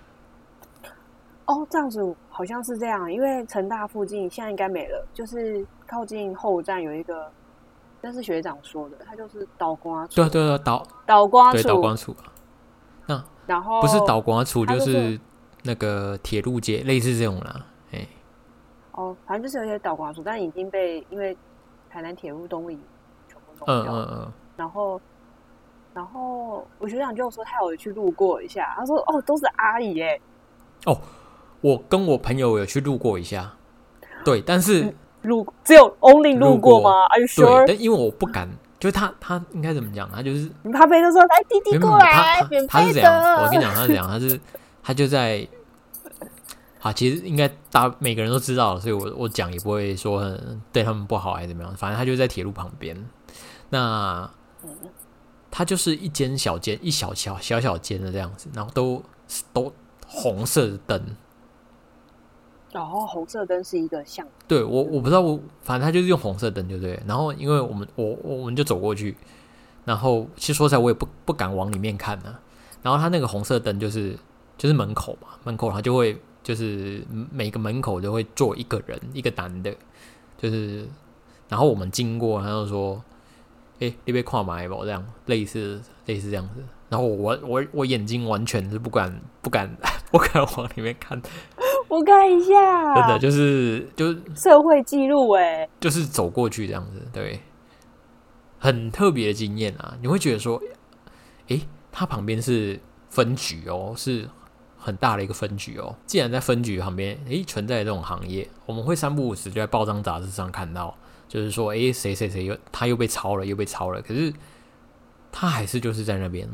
哦，这样子好像是这样，因为成大附近现在应该没了，就是靠近后站有一个，那是学长说的，他就是倒瓜处。 对对对，倒倒瓜处， 对倒瓜处。那然后不是倒瓜处，就就是那个铁路街，类似这种啦。哎， 哦，反正就是有些倒瓜处，但已经被因为台南铁路东移全部弄掉了。嗯嗯嗯。然后，然后我学长就说他有去路过一下，他说哦，都是阿姨哎。 哦。我跟我朋友有去路过一下，对，但是路只有 only 路过吗 ？Are you sure？ 对，但因为我不敢，就是他他应该怎么讲？他就是你怕被他说来弟弟过来，免他是这样，我跟你讲，他是这样，他是他就在，好，其实应该大家每个人都知道，所以我我讲也不会说很对他们不好还是怎么样，反正他就在铁路旁边，那他就是一间小间，一小小小小间的这样子，然后都都。 红色的灯。 然后、哦、红色灯是一个象， 对我我不知道，我反正他就是用红色灯，对不对？然后因为我们我我们就走过去，然后其实说实在我也不不敢往里面看啊。然后他那个红色灯就是就是门口嘛，门口他就会就是每个门口都会坐一个人，一个男的，就是然后我们经过，他就说：“哎、欸，你被看买不？”这样类似类似这样子。然后我我我眼睛完全是不敢不敢不敢往里面看。 我看一下， 真的就是就是社会记录哎， 就是走过去这样子，对，很特别的经验啊！你会觉得说，诶，它旁边是分局哦，是很大的一个分局哦。既然在分局旁边，诶，存在这种行业，我们会三不五时就在报章杂志上看到，就是说，诶，谁谁谁又他又被抄了，又被抄了，可是他还是就是在那边，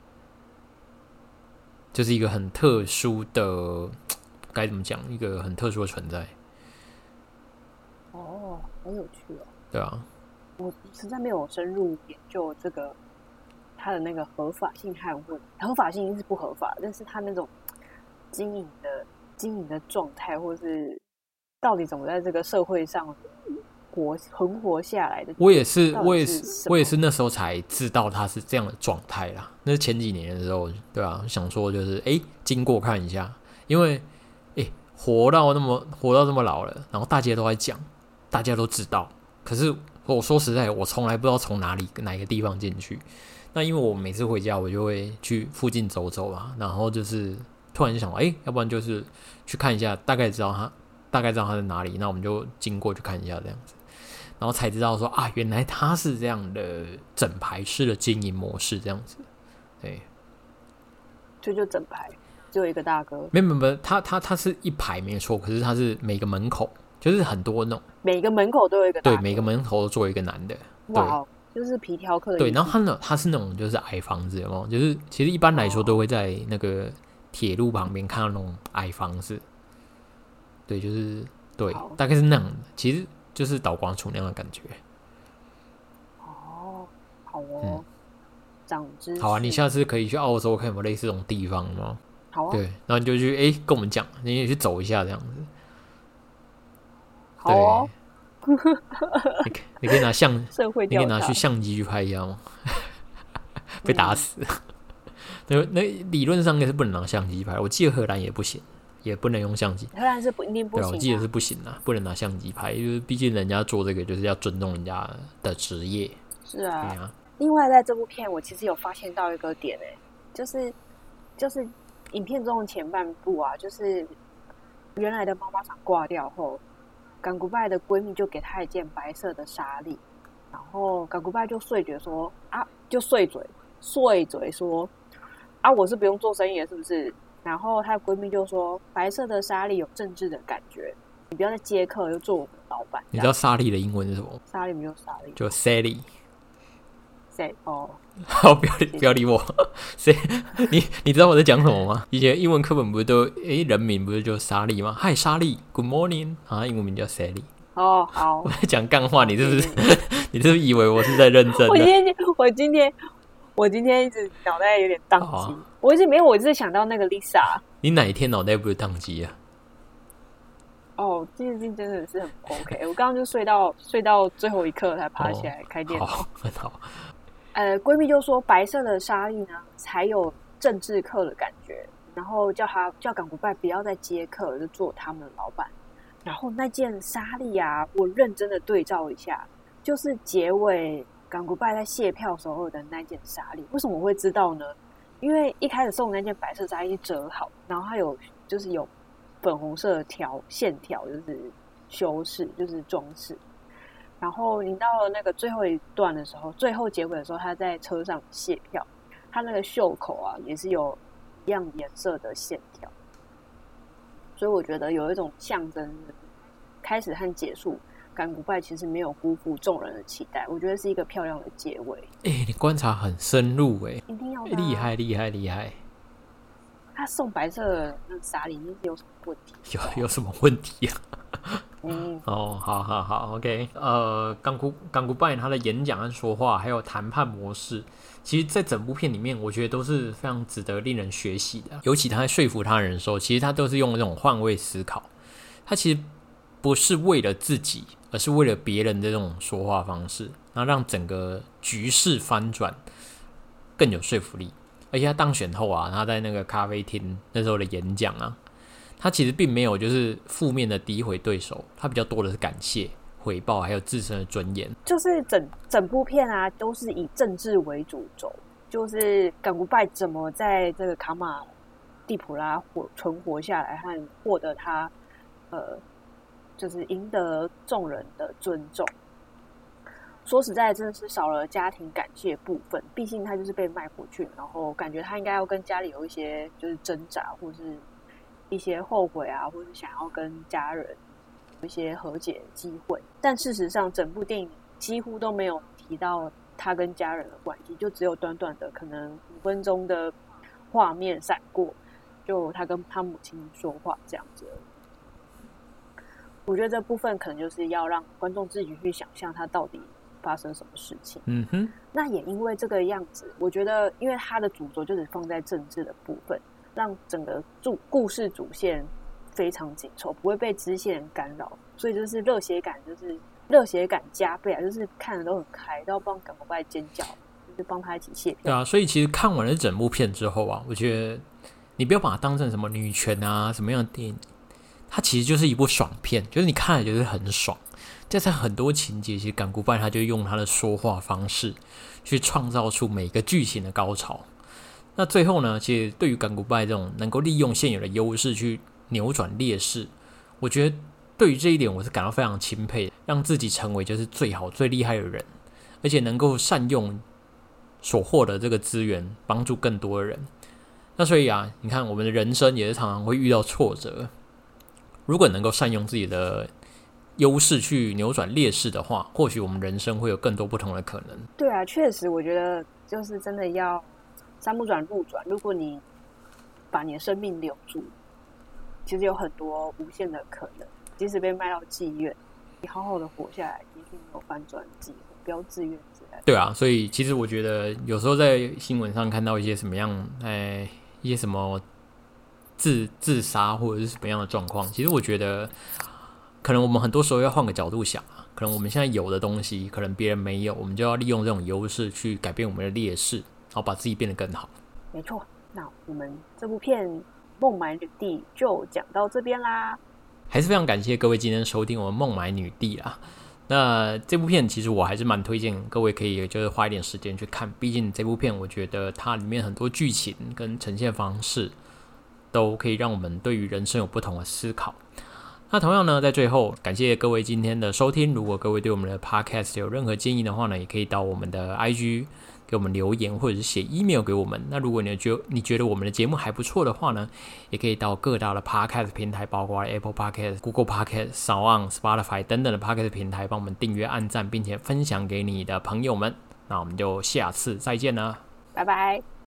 就是一个很特殊的。该怎么讲？一个很特殊的存在。 哦，好有趣哦。 对啊， 我实在没有深入研究这个它的那个合法性和问合法性是不合法，但是它那种经营的经营的状态，或是到底怎么在这个社会上活存活下来的。 我也是，我也是，我也是那时候才知道他是这样的状态啦。那是前几年的时候，对啊，想说就是哎、欸，经过看一下，因为。欸、活到那么活到这么老了，然后大家都在讲，大家都知道。可是我说实在，我从来不知道从哪里哪一个地方进去。那因为我每次回家，我就会去附近走走嘛，然后就是突然就想，哎、欸，要不然就是去看一下，大概知道他大概知道他在哪里，那我们就经过去看一下这样子，然后才知道说啊，原来他是这样的整排式的经营模式这样子，对， 就就整排。只有一个大哥， 没有没有，他他他是一排没错，可是他是每个门口就是很多那种， 每个门口都有一个大哥， 对，每个门口都坐一个男的， 哇，就是皮条客的。 对，然后他呢，他是那种就是矮房子，有没有？就是其实一般来说都会在那个铁路旁边看到那种矮房子，对，就是对，大概是那样的，其实就是岛光处那样的感觉。 哦，好哦，嗯、长知识。 好啊，你下次可以去澳洲看有没有类似这种地方吗？ 好啊， 对，然后你就去哎、欸、跟我们讲，你也去走一下这样子。 好哦， 你可你可以拿相， 社会你可以拿去相机去拍一下吗？被打死。那那理论上应该是不能拿相机拍，我记得荷兰也不行，也不能用相机。 荷兰是不一定不行、啊， 对，我记得是不行啊，不能拿相机拍，因为毕竟人家做这个就是要尊重人家的职业。 是啊。啊另外，在这部片我其实有发现到一个点、欸，就是就是。影片中的前半部啊，就是原来的妈妈桑挂掉后，港古拜的闺蜜就给她一件白色的纱丽，然后港古拜就碎嘴说啊，就碎嘴碎嘴说啊，我是不用做生意的，是不是？然后她的闺蜜就说，白色的纱丽有政治的感觉，你不要再接客，就做我们的老板。 你知道纱丽的英文是什么？ 纱丽没有纱丽， 就 Sally。 哦， 好，不要理不要理我。谁？你你知道我在讲什么吗？以前英文课本不是都诶、欸、人名不是就莎莉吗？嗨，莎莉 ，Good morning 啊，英文名叫 Sally。 哦，好， 我在讲干话，你是不是？你是不是以为我是在认真的？ 我今天我今天我今天一直脑袋有点宕机、啊，我一直没有，我一直想到那个 Lisa。 你哪一天脑袋不是宕机啊？ 哦，这件事情真的是很 OK。我刚刚就睡到睡到最后一刻才爬起来开电脑， 好，很好。 呃，闺蜜就说白色的纱丽呢才有政治课的感觉，然后叫他叫港古拜不要再接客，就做他们的老板。然后那件纱丽啊，我认真的对照一下，就是结尾港古拜在卸票时候的那件纱丽。为什么我会知道呢？因为一开始送那件白色纱丽折好，然后它有就是有粉红色的条线条，就是修饰，就是装饰。然后你到了那个最后一段的时候，最后结尾的时候，他在车上卸票，他那个袖口啊也是有一样颜色的线条，所以我觉得有一种象征开始和结束。港古拜其实没有辜负众人的期待，我觉得是一个漂亮的结尾。 哎、欸，你观察很深入哎、 欸，一定要的、啊， 厉害厉害厉害！ 他送白色的那个纱里面有什么问题？ 有有什么问题啊？ 嗯， 哦，好好好 ，OK， 呃，冈古冈古拜他的演讲和说话，还有谈判模式，其实，在整部片里面，我觉得都是非常值得令人学习的。尤其他在说服他人的时候，其实他都是用这种换位思考，他其实不是为了自己，而是为了别人的这种说话方式，然后让整个局势翻转更有说服力。而且他当选后啊，他在那个咖啡厅那时候的演讲啊，他其实并没有就是负面的诋毁对手，他比较多的是感谢、回报，还有自身的尊严。 就是整整部片啊，都是以政治为主轴，就是冈古拜怎么在这个卡马蒂普拉活存活下来，和获得他呃，就是赢得众人的尊重。说实在，真的是少了家庭感谢部分，毕竟他就是被卖回去，然后感觉他应该要跟家里有一些就是挣扎，或是一些后悔啊，或是想要跟家人有一些和解的机会。但事实上，整部电影几乎都没有提到他跟家人的关系，就只有短短的可能五分钟的画面闪过，就他跟他母亲说话这样子而已。我觉得这部分可能就是要让观众自己去想象他到底发生什么事情。 嗯哼， 那也因为这个样子，我觉得因为它的主轴就是放在政治的部分，让整个主故事主线非常紧凑，不会被支线干扰，所以就是热血感，就是热血感加倍啊！就是看的都很开，都要帮冈古拜尖叫，就是帮他一起谢票。 对啊，所以其实看完了整部片之后啊，我觉得你不要把它当成什么女权啊什么样的电影，它其实就是一部爽片，就是你看了就是很爽。在在很多情节，其实冈古拜他就用他的说话方式去创造出每个剧情的高潮。那最后呢，其实对于冈古拜这种能够利用现有的优势去扭转劣势，我觉得对于这一点我是感到非常钦佩，让自己成为就是最好最厉害的人，而且能够善用所获得这个资源，帮助更多的人。那所以啊，你看我们的人生也是常常会遇到挫折，如果能够善用自己的优势去扭转劣势的话，或许我们人生会有更多不同的可能。 对啊，确实，我觉得就是真的要山不转路转。如果你把你的生命留住，其实有很多无限的可能。即使被卖到妓院，你好好的活下来，也许没有翻转的机会，不要自怨自艾。 对啊，所以其实我觉得有时候在新闻上看到一些什么样，哎，一些什么自自杀或者是什么样的状况，其实我觉得。可能我们很多时候要换个角度想啊，可能我们现在有的东西，可能别人没有，我们就要利用这种优势去改变我们的劣势，然后把自己变得更好。 没错，那我们这部片《孟买女帝》就讲到这边啦。 还是非常感谢各位今天收听我们《孟买女帝》啦。那这部片其实我还是蛮推荐各位可以就是花一点时间去看，毕竟这部片我觉得它里面很多剧情跟呈现方式都可以让我们对于人生有不同的思考。那同样呢，在最后感谢各位今天的收听。如果各位对我们的 podcast 有任何建议的话呢，也可以到我们的 I G 给我们留言，或者是写 email 给我们。那如果你觉你觉得我们的节目还不错的话呢，也可以到各大的 podcast 平台，包括 Apple Podcast、Google Podcast、SoundOn、Spotify 等等的 podcast 平台，帮我们订阅、按赞，并且分享给你的朋友们。那我们就下次再见了， 拜拜。